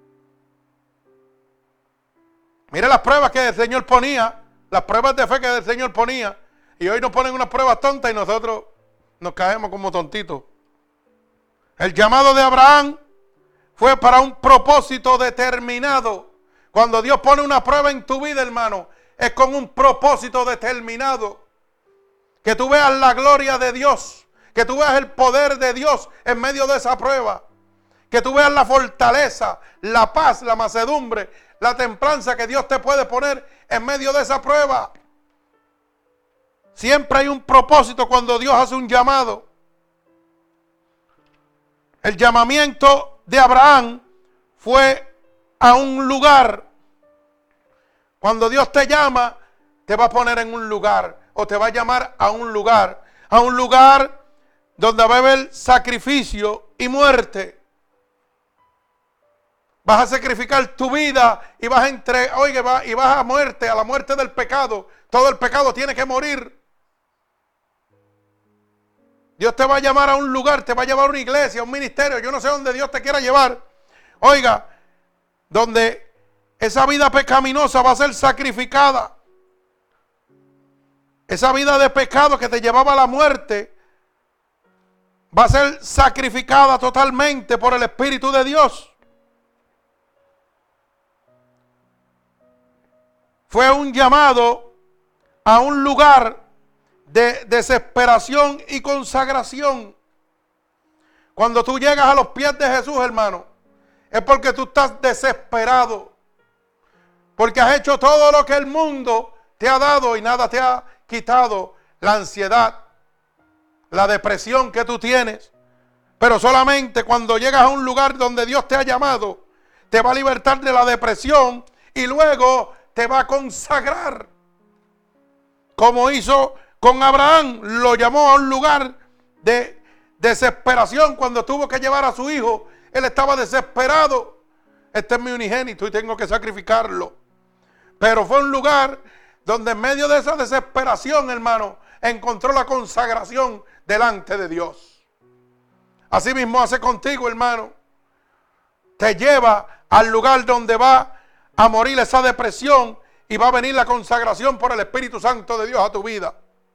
Mire las pruebas que el Señor ponía, las pruebas de fe que el Señor ponía. Y hoy nos ponen unas pruebas tontas y nosotros nos caemos como tontitos. El llamado de Abraham fue para un propósito determinado. Cuando Dios pone una prueba en tu vida, hermano, es con un propósito determinado. Que tú veas la gloria de Dios, que tú veas el poder de Dios en medio de esa prueba. Que tú veas la fortaleza, la paz, la mansedumbre, la templanza que Dios te puede poner en medio de esa prueba. Siempre hay un propósito cuando Dios hace un llamado. El llamamiento de Abraham fue a un lugar. Cuando Dios te llama, te va a poner en un lugar o te va a llamar a un lugar donde va a haber sacrificio y muerte. Vas a sacrificar tu vida y vas a muerte, a la muerte del pecado. Todo el pecado tiene que morir. Dios te va a llamar a un lugar, te va a llevar a una iglesia, a un ministerio. Yo no sé dónde Dios te quiera llevar. Oiga, donde esa vida pecaminosa va a ser sacrificada. Esa vida de pecado que te llevaba a la muerte va a ser sacrificada totalmente por el Espíritu de Dios. Fue un llamado a un lugar de desesperación y consagración. Cuando tú llegas a los pies de Jesús, hermano, es porque tú estás desesperado. Porque has hecho todo lo que el mundo te ha dado y nada te ha quitado la ansiedad, la depresión que tú tienes. Pero solamente cuando llegas a un lugar donde Dios te ha llamado, te va a libertar de la depresión y luego te va a consagrar. Como hizo con Abraham, lo llamó a un lugar de desesperación cuando tuvo que llevar a su hijo. Él estaba desesperado. Este es mi unigénito y tengo que sacrificarlo. Pero fue un lugar donde en medio de esa desesperación, hermano, encontró la consagración delante de Dios. Así mismo hace contigo, hermano. Te lleva al lugar donde va a morir esa depresión y va a venir la consagración por el Espíritu Santo de Dios a tu vida.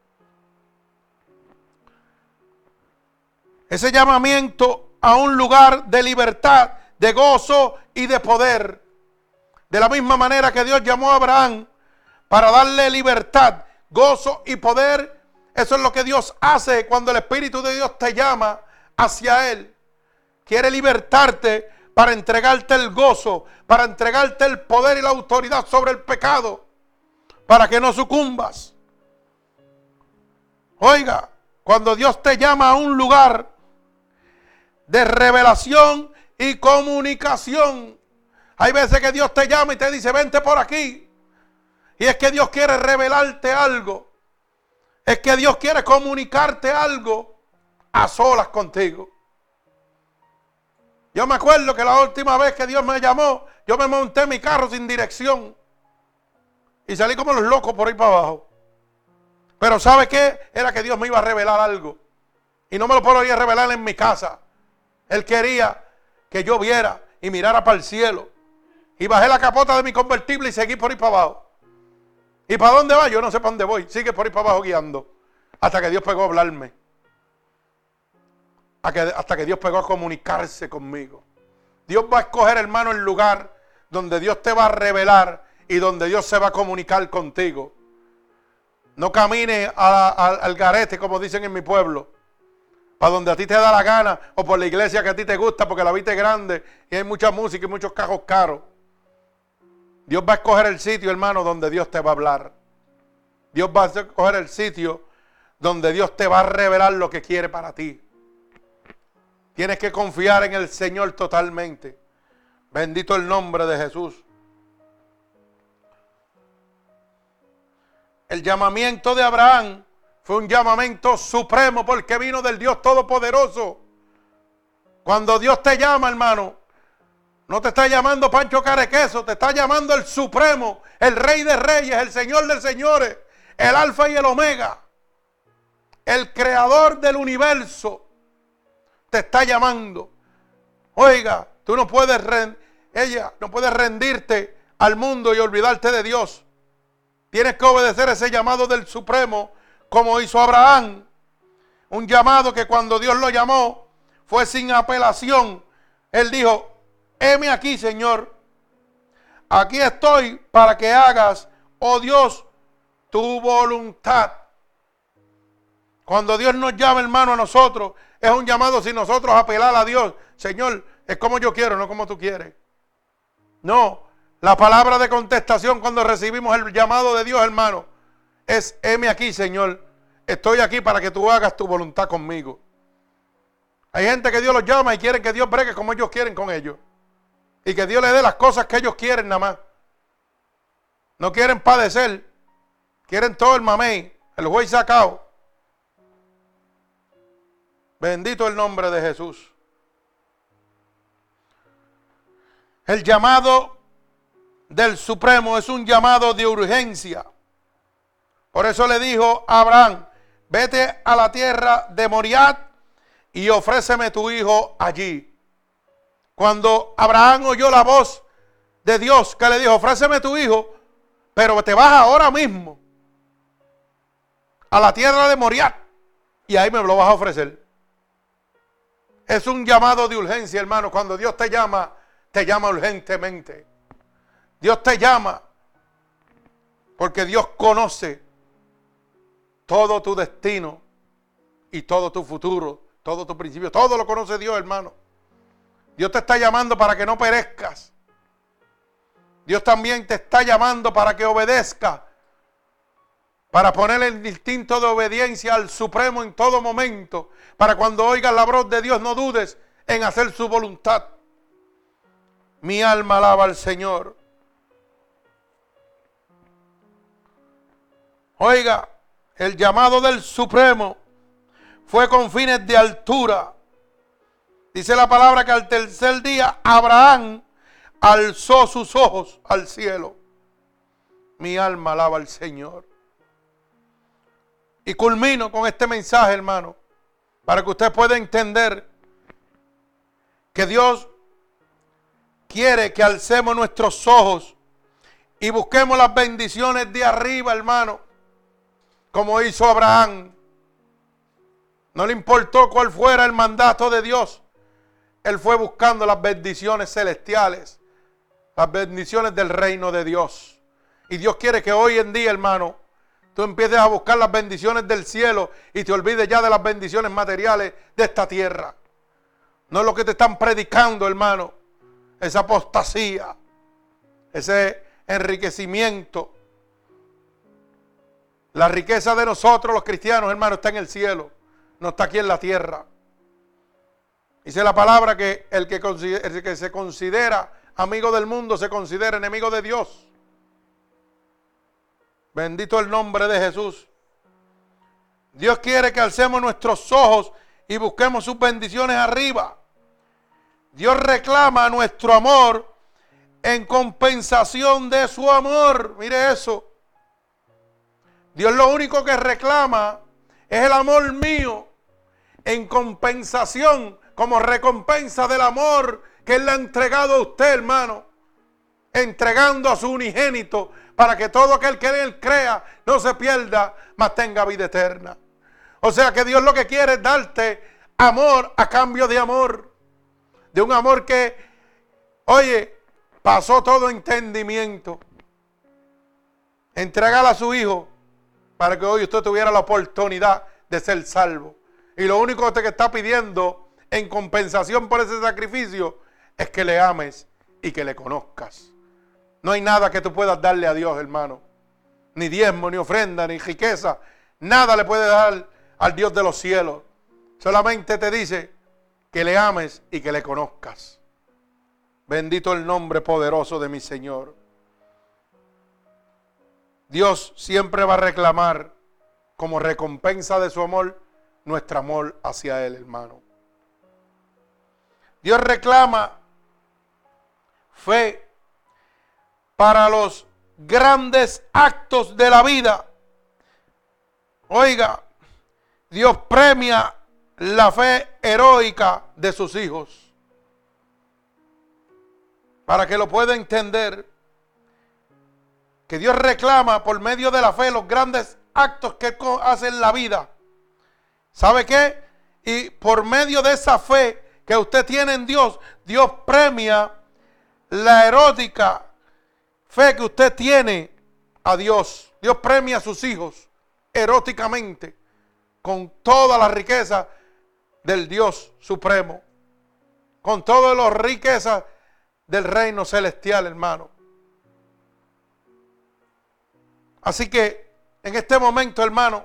Ese llamamiento a un lugar de libertad, de gozo y de poder. De la misma manera que Dios llamó a Abraham para darle libertad, gozo y poder, eso es lo que Dios hace cuando el Espíritu de Dios te llama hacia Él. Quiere libertarte para entregarte el gozo, para entregarte el poder y la autoridad sobre el pecado, para que no sucumbas. Oiga, cuando Dios te llama a un lugar de revelación y comunicación, hay veces que Dios te llama y te dice, vente por aquí. Y es que Dios quiere revelarte algo. Es que Dios quiere comunicarte algo a solas contigo. Yo me acuerdo que la última vez que Dios me llamó, yo me monté en mi carro sin dirección y salí como los locos por ahí para abajo. Pero ¿sabe qué? Era que Dios me iba a revelar algo. Y no me lo podía revelar en mi casa. Él quería que yo viera y mirara para el cielo. Y bajé la capota de mi convertible y seguí por ahí para abajo. ¿Y para dónde va? Yo no sé para dónde voy. Sigue por ahí para abajo guiando. Hasta que Dios pegó a hablarme. Hasta que Dios pegó a comunicarse conmigo. Dios va a escoger, hermano, el lugar donde Dios te va a revelar y donde Dios se va a comunicar contigo. No camine al garete, como dicen en mi pueblo, para donde a ti te da la gana, o por la iglesia que a ti te gusta, porque la viste grande y hay mucha música y muchos cajos caros. Dios va a escoger el sitio, hermano, donde Dios te va a hablar. Dios va a escoger el sitio donde Dios te va a revelar lo que quiere para ti. Tienes que confiar en el Señor totalmente. Bendito el nombre de Jesús. El llamamiento de Abraham fue un llamamiento supremo porque vino del Dios Todopoderoso. Cuando Dios te llama, hermano, no te está llamando Pancho Carequeso, te está llamando el Supremo, el Rey de Reyes, el Señor de Señores, el Alfa y el Omega, el Creador del universo. Te está llamando. Oiga, tú no puedes rendirte al mundo y olvidarte de Dios. Tienes que obedecer ese llamado del Supremo como hizo Abraham. Un llamado que cuando Dios lo llamó fue sin apelación. Él dijo, heme aquí, Señor. Aquí estoy para que hagas, oh Dios, tu voluntad. Cuando Dios nos llama, hermano, a nosotros, es un llamado sin nosotros apelar a Dios. Señor, es como yo quiero, no como tú quieres. No, la palabra de contestación cuando recibimos el llamado de Dios, hermano, es, heme aquí, Señor. Estoy aquí para que tú hagas tu voluntad conmigo. Hay gente que Dios los llama y quieren que Dios bregue como ellos quieren con ellos. Y que Dios les dé las cosas que ellos quieren nada más. No quieren padecer. Quieren todo el mamey, el juez sacado. Bendito el nombre de Jesús. El llamado del Supremo es un llamado de urgencia. Por eso le dijo a Abraham, vete a la tierra de Moriat y ofréceme tu hijo allí. Cuando Abraham oyó la voz de Dios que le dijo, ofréceme tu hijo, pero te vas ahora mismo a la tierra de Moriat y ahí me lo vas a ofrecer. Es un llamado de urgencia, hermano. Cuando Dios te llama urgentemente. Dios te llama porque Dios conoce todo tu destino y todo tu futuro, todo tu principio. Todo lo conoce Dios, hermano. Dios te está llamando para que no perezcas. Dios también te está llamando para que obedezcas. Para poner el instinto de obediencia al Supremo en todo momento. Para cuando oigas la voz de Dios no dudes en hacer su voluntad. Mi alma alaba al Señor. Oiga, el llamado del Supremo fue con fines de altura. Dice la palabra que al tercer día Abraham alzó sus ojos al cielo. Mi alma alaba al Señor. Y culmino con este mensaje, hermano, para que usted pueda entender que Dios quiere que alcemos nuestros ojos y busquemos las bendiciones de arriba, hermano, como hizo Abraham. No le importó cuál fuera el mandato de Dios. Él fue buscando las bendiciones celestiales, las bendiciones del reino de Dios. Y Dios quiere que hoy en día, hermano, tú empieces a buscar las bendiciones del cielo y te olvides ya de las bendiciones materiales de esta tierra. No es lo que te están predicando, hermano. Esa apostasía, ese enriquecimiento. La riqueza de nosotros los cristianos, hermano, está en el cielo, no está aquí en la tierra. Dice la palabra que el que se considera amigo del mundo se considera enemigo de Dios. Bendito el nombre de Jesús. Dios quiere que alcemos nuestros ojos y busquemos sus bendiciones arriba. Dios reclama nuestro amor en compensación de su amor. Mire eso. Dios lo único que reclama es el amor mío en compensación, como recompensa del amor que Él le ha entregado a usted, hermano. Entregando a su unigénito para que todo aquel que en Él crea no se pierda, mas tenga vida eterna. O sea que Dios lo que quiere es darte amor a cambio de amor. De un amor que, oye, pasó todo entendimiento. Entregar a su Hijo para que hoy usted tuviera la oportunidad de ser salvo. Y lo único que está pidiendo en compensación por ese sacrificio es que le ames y que le conozcas. No hay nada que tú puedas darle a Dios, hermano. Ni diezmo, ni ofrenda, ni riqueza. Nada le puede dar al Dios de los cielos. Solamente te dice que le ames y que le conozcas. Bendito el nombre poderoso de mi Señor. Dios siempre va a reclamar como recompensa de su amor nuestro amor hacia Él, hermano. Dios reclama fe para los grandes actos de la vida. Oiga, Dios premia la fe heroica de sus hijos. Para que lo pueda entender, que Dios reclama por medio de la fe los grandes actos que hace en la vida. ¿Sabe qué? Y por medio de esa fe que usted tiene en Dios, Dios premia la erótica fe que usted tiene a Dios. Dios premia a sus hijos eróticamente con toda la riqueza del Dios supremo, con todas las riquezas del reino celestial, hermano. Así que en este momento, hermano,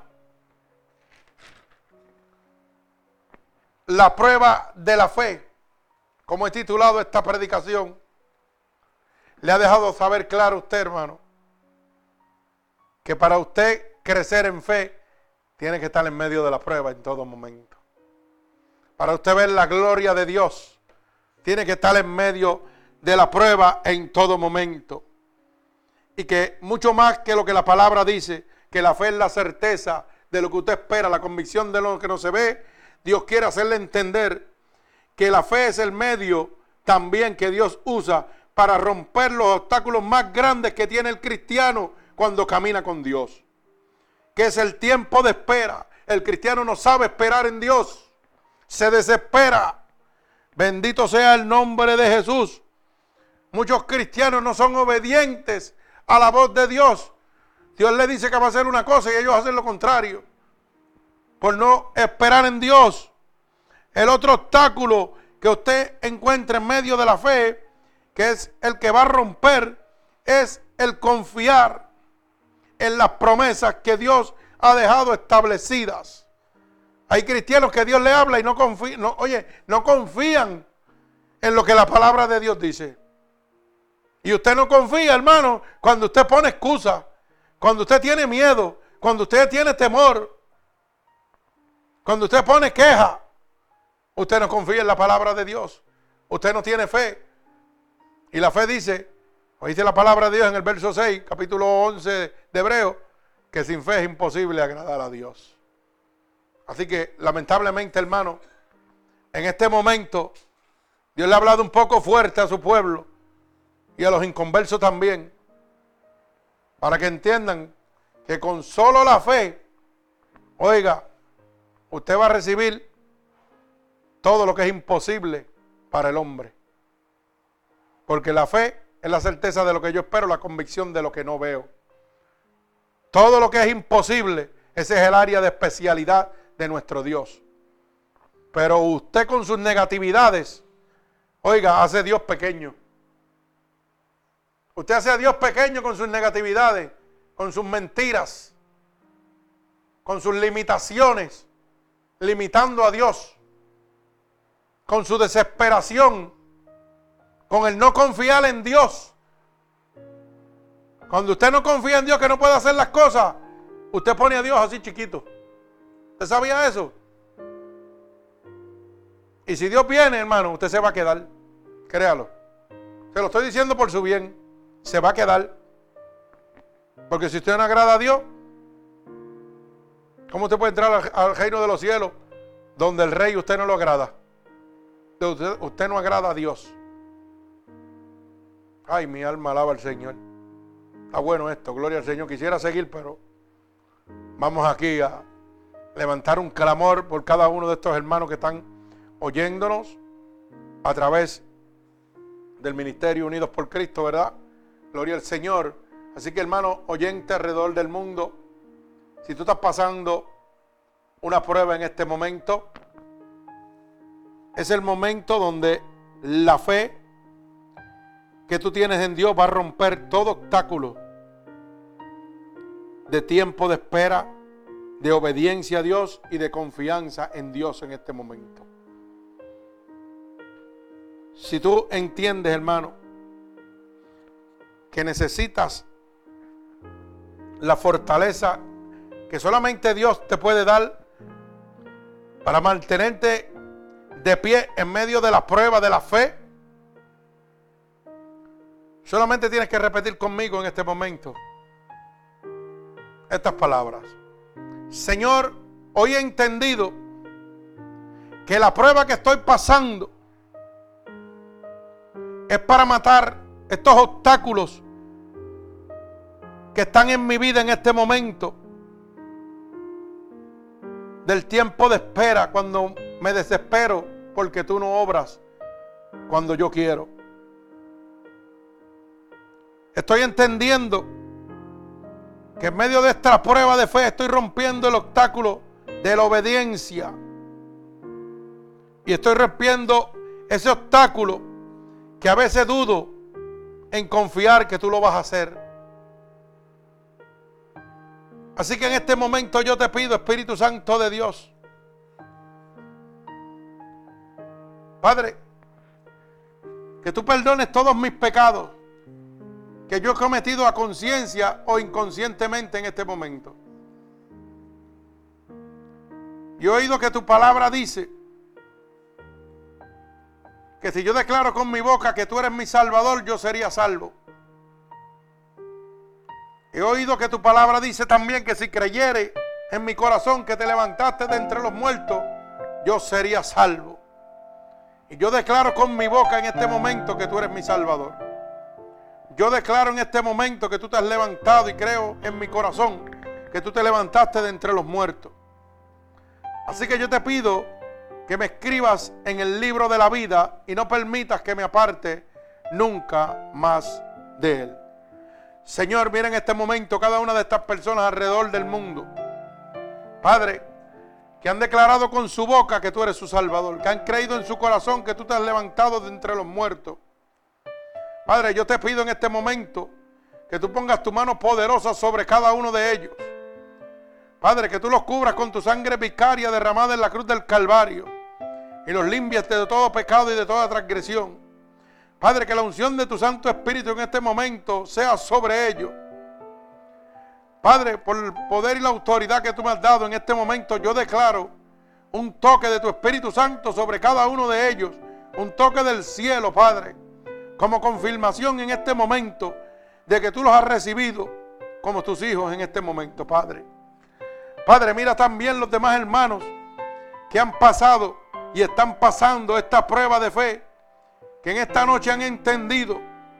la prueba de la fe, como he titulado esta predicación, le ha dejado saber claro a usted, hermano, que para usted crecer en fe, tiene que estar en medio de la prueba en todo momento. Para usted ver la gloria de Dios, tiene que estar en medio de la prueba en todo momento. Y que mucho más que lo que la palabra dice, que la fe es la certeza de lo que usted espera, la convicción de lo que no se ve, Dios quiere hacerle entender que la fe es el medio también que Dios usa para romper los obstáculos más grandes que tiene el cristiano cuando camina con Dios. Que es el tiempo de espera. El cristiano no sabe esperar en Dios. Se desespera. Bendito sea el nombre de Jesús. Muchos cristianos no son obedientes a la voz de Dios. Dios le dice que va a hacer una cosa y ellos hacen lo contrario. Por no esperar en Dios. El otro obstáculo que usted encuentra en medio de la fe, que es el que va a romper, es el confiar en las promesas que Dios ha dejado establecidas. Hay cristianos que Dios le habla y no confían en lo que la palabra de Dios dice. Y usted no confía, hermano, cuando usted pone excusa, cuando usted tiene miedo, cuando usted tiene temor, cuando usted pone queja. Usted no confía en la palabra de Dios. Usted no tiene fe. Y la fe dice, oíste la palabra de Dios en el verso 6, capítulo 11 de Hebreo, que sin fe es imposible agradar a Dios. Así que, lamentablemente, hermano, en este momento, Dios le ha hablado un poco fuerte a su pueblo y a los inconversos también, para que entiendan que con solo la fe, oiga, usted va a recibir todo lo que es imposible para el hombre. Porque la fe es la certeza de lo que yo espero, la convicción de lo que no veo. Todo lo que es imposible, ese es el área de especialidad de nuestro Dios. Pero usted con sus negatividades, oiga, hace a Dios pequeño. Usted hace a Dios pequeño con sus negatividades, con sus mentiras, con sus limitaciones, limitando a Dios, con su desesperación, con el no confiar en Dios. Cuando usted no confía en Dios que no puede hacer las cosas, usted pone a Dios así chiquito. ¿Usted sabía eso? Y si Dios viene, hermano, usted se va a quedar. Créalo. Se lo estoy diciendo por su bien. Se va a quedar. Porque si usted no agrada a Dios, ¿cómo usted puede entrar al reino de los cielos donde el rey usted no lo agrada? Usted no agrada a Dios. Ay, mi alma alaba al Señor. Está bueno esto, gloria al Señor. Quisiera seguir, pero vamos aquí a levantar un clamor por cada uno de estos hermanos que están oyéndonos a través del Ministerio Unidos por Cristo, ¿verdad? Gloria al Señor. Así que, hermano oyente alrededor del mundo, si tú estás pasando una prueba en este momento, es el momento donde la fe que tú tienes en Dios va a romper todo obstáculo de tiempo de espera, de obediencia a Dios y de confianza en Dios en este momento. Si tú entiendes, hermano, que necesitas la fortaleza que solamente Dios te puede dar para mantenerte de pie en medio de la prueba de la fe, solamente tienes que repetir conmigo en este momento estas palabras. Señor, hoy he entendido que la prueba que estoy pasando es para matar estos obstáculos que están en mi vida en este momento del tiempo de espera, cuando me desespero porque tú no obras cuando yo quiero. Estoy entendiendo que en medio de esta prueba de fe estoy rompiendo el obstáculo de la obediencia y estoy rompiendo ese obstáculo que a veces dudo en confiar que tú lo vas a hacer. Así que en este momento yo te pido, Espíritu Santo de Dios, Padre, que tú perdones todos mis pecados que yo he cometido a conciencia o inconscientemente en este momento. Yo he oído que tu palabra dice que si yo declaro con mi boca que tú eres mi Salvador, yo sería salvo. He oído que tu palabra dice también que si creyere en mi corazón que te levantaste de entre los muertos, yo sería salvo. Y yo declaro con mi boca en este momento que tú eres mi Salvador. Yo declaro en este momento que tú te has levantado y creo en mi corazón que tú te levantaste de entre los muertos. Así que yo te pido que me escribas en el libro de la vida y no permitas que me aparte nunca más de él. Señor, mira en este momento cada una de estas personas alrededor del mundo, Padre, que han declarado con su boca que tú eres su Salvador, que han creído en su corazón que tú te has levantado de entre los muertos. Padre, yo te pido en este momento que tú pongas tu mano poderosa sobre cada uno de ellos. Padre, que tú los cubras con tu sangre vicaria derramada en la cruz del Calvario y los limpies de todo pecado y de toda transgresión. Padre, que la unción de tu Santo Espíritu en este momento sea sobre ellos. Padre, por el poder y la autoridad que tú me has dado en este momento, yo declaro un toque de tu Espíritu Santo sobre cada uno de ellos. Un toque del cielo, Padre, como confirmación en este momento de que tú los has recibido como tus hijos en este momento, Padre. Padre, mira también los demás hermanos que han pasado y están pasando esta prueba de fe, que en esta noche han entendido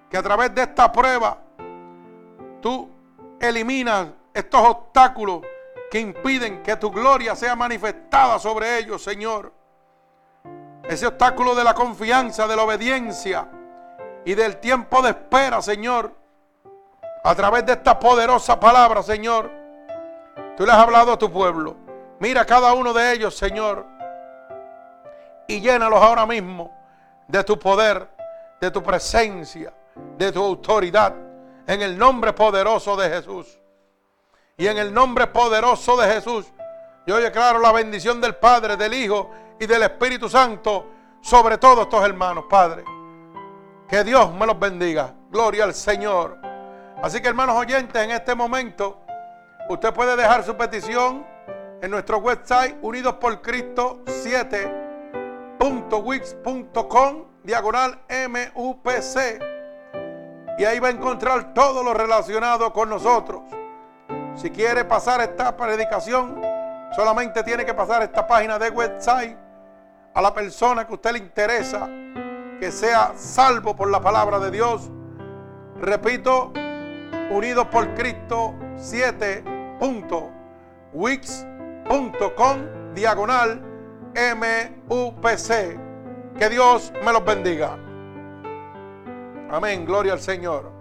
que a través de esta prueba tú eliminas estos obstáculos que impiden que tu gloria sea manifestada sobre ellos, Señor. Ese obstáculo de la confianza, de la obediencia y del tiempo de espera, Señor. A través de esta poderosa palabra, Señor, tú le has hablado a tu pueblo. Mira a cada uno de ellos, Señor, y llénalos ahora mismo de tu poder, de tu presencia, de tu autoridad, en el nombre poderoso de Jesús. Y en el nombre poderoso de Jesús, yo declaro la bendición del Padre, del Hijo y del Espíritu Santo sobre todos estos hermanos, Padre. Que Dios me los bendiga. Gloria al Señor. Así que, hermanos oyentes, en este momento usted puede dejar su petición en nuestro website unidosporcristo7.wix.com/MUPC, y ahí va a encontrar todo lo relacionado con nosotros. Si quiere pasar esta predicación, solamente tiene que pasar esta página de website a la persona que a usted le interesa que sea salvo por la palabra de Dios. Repito, unidosporcristo7.wix.com/MUPC. Que Dios me los bendiga. Amén, gloria al Señor.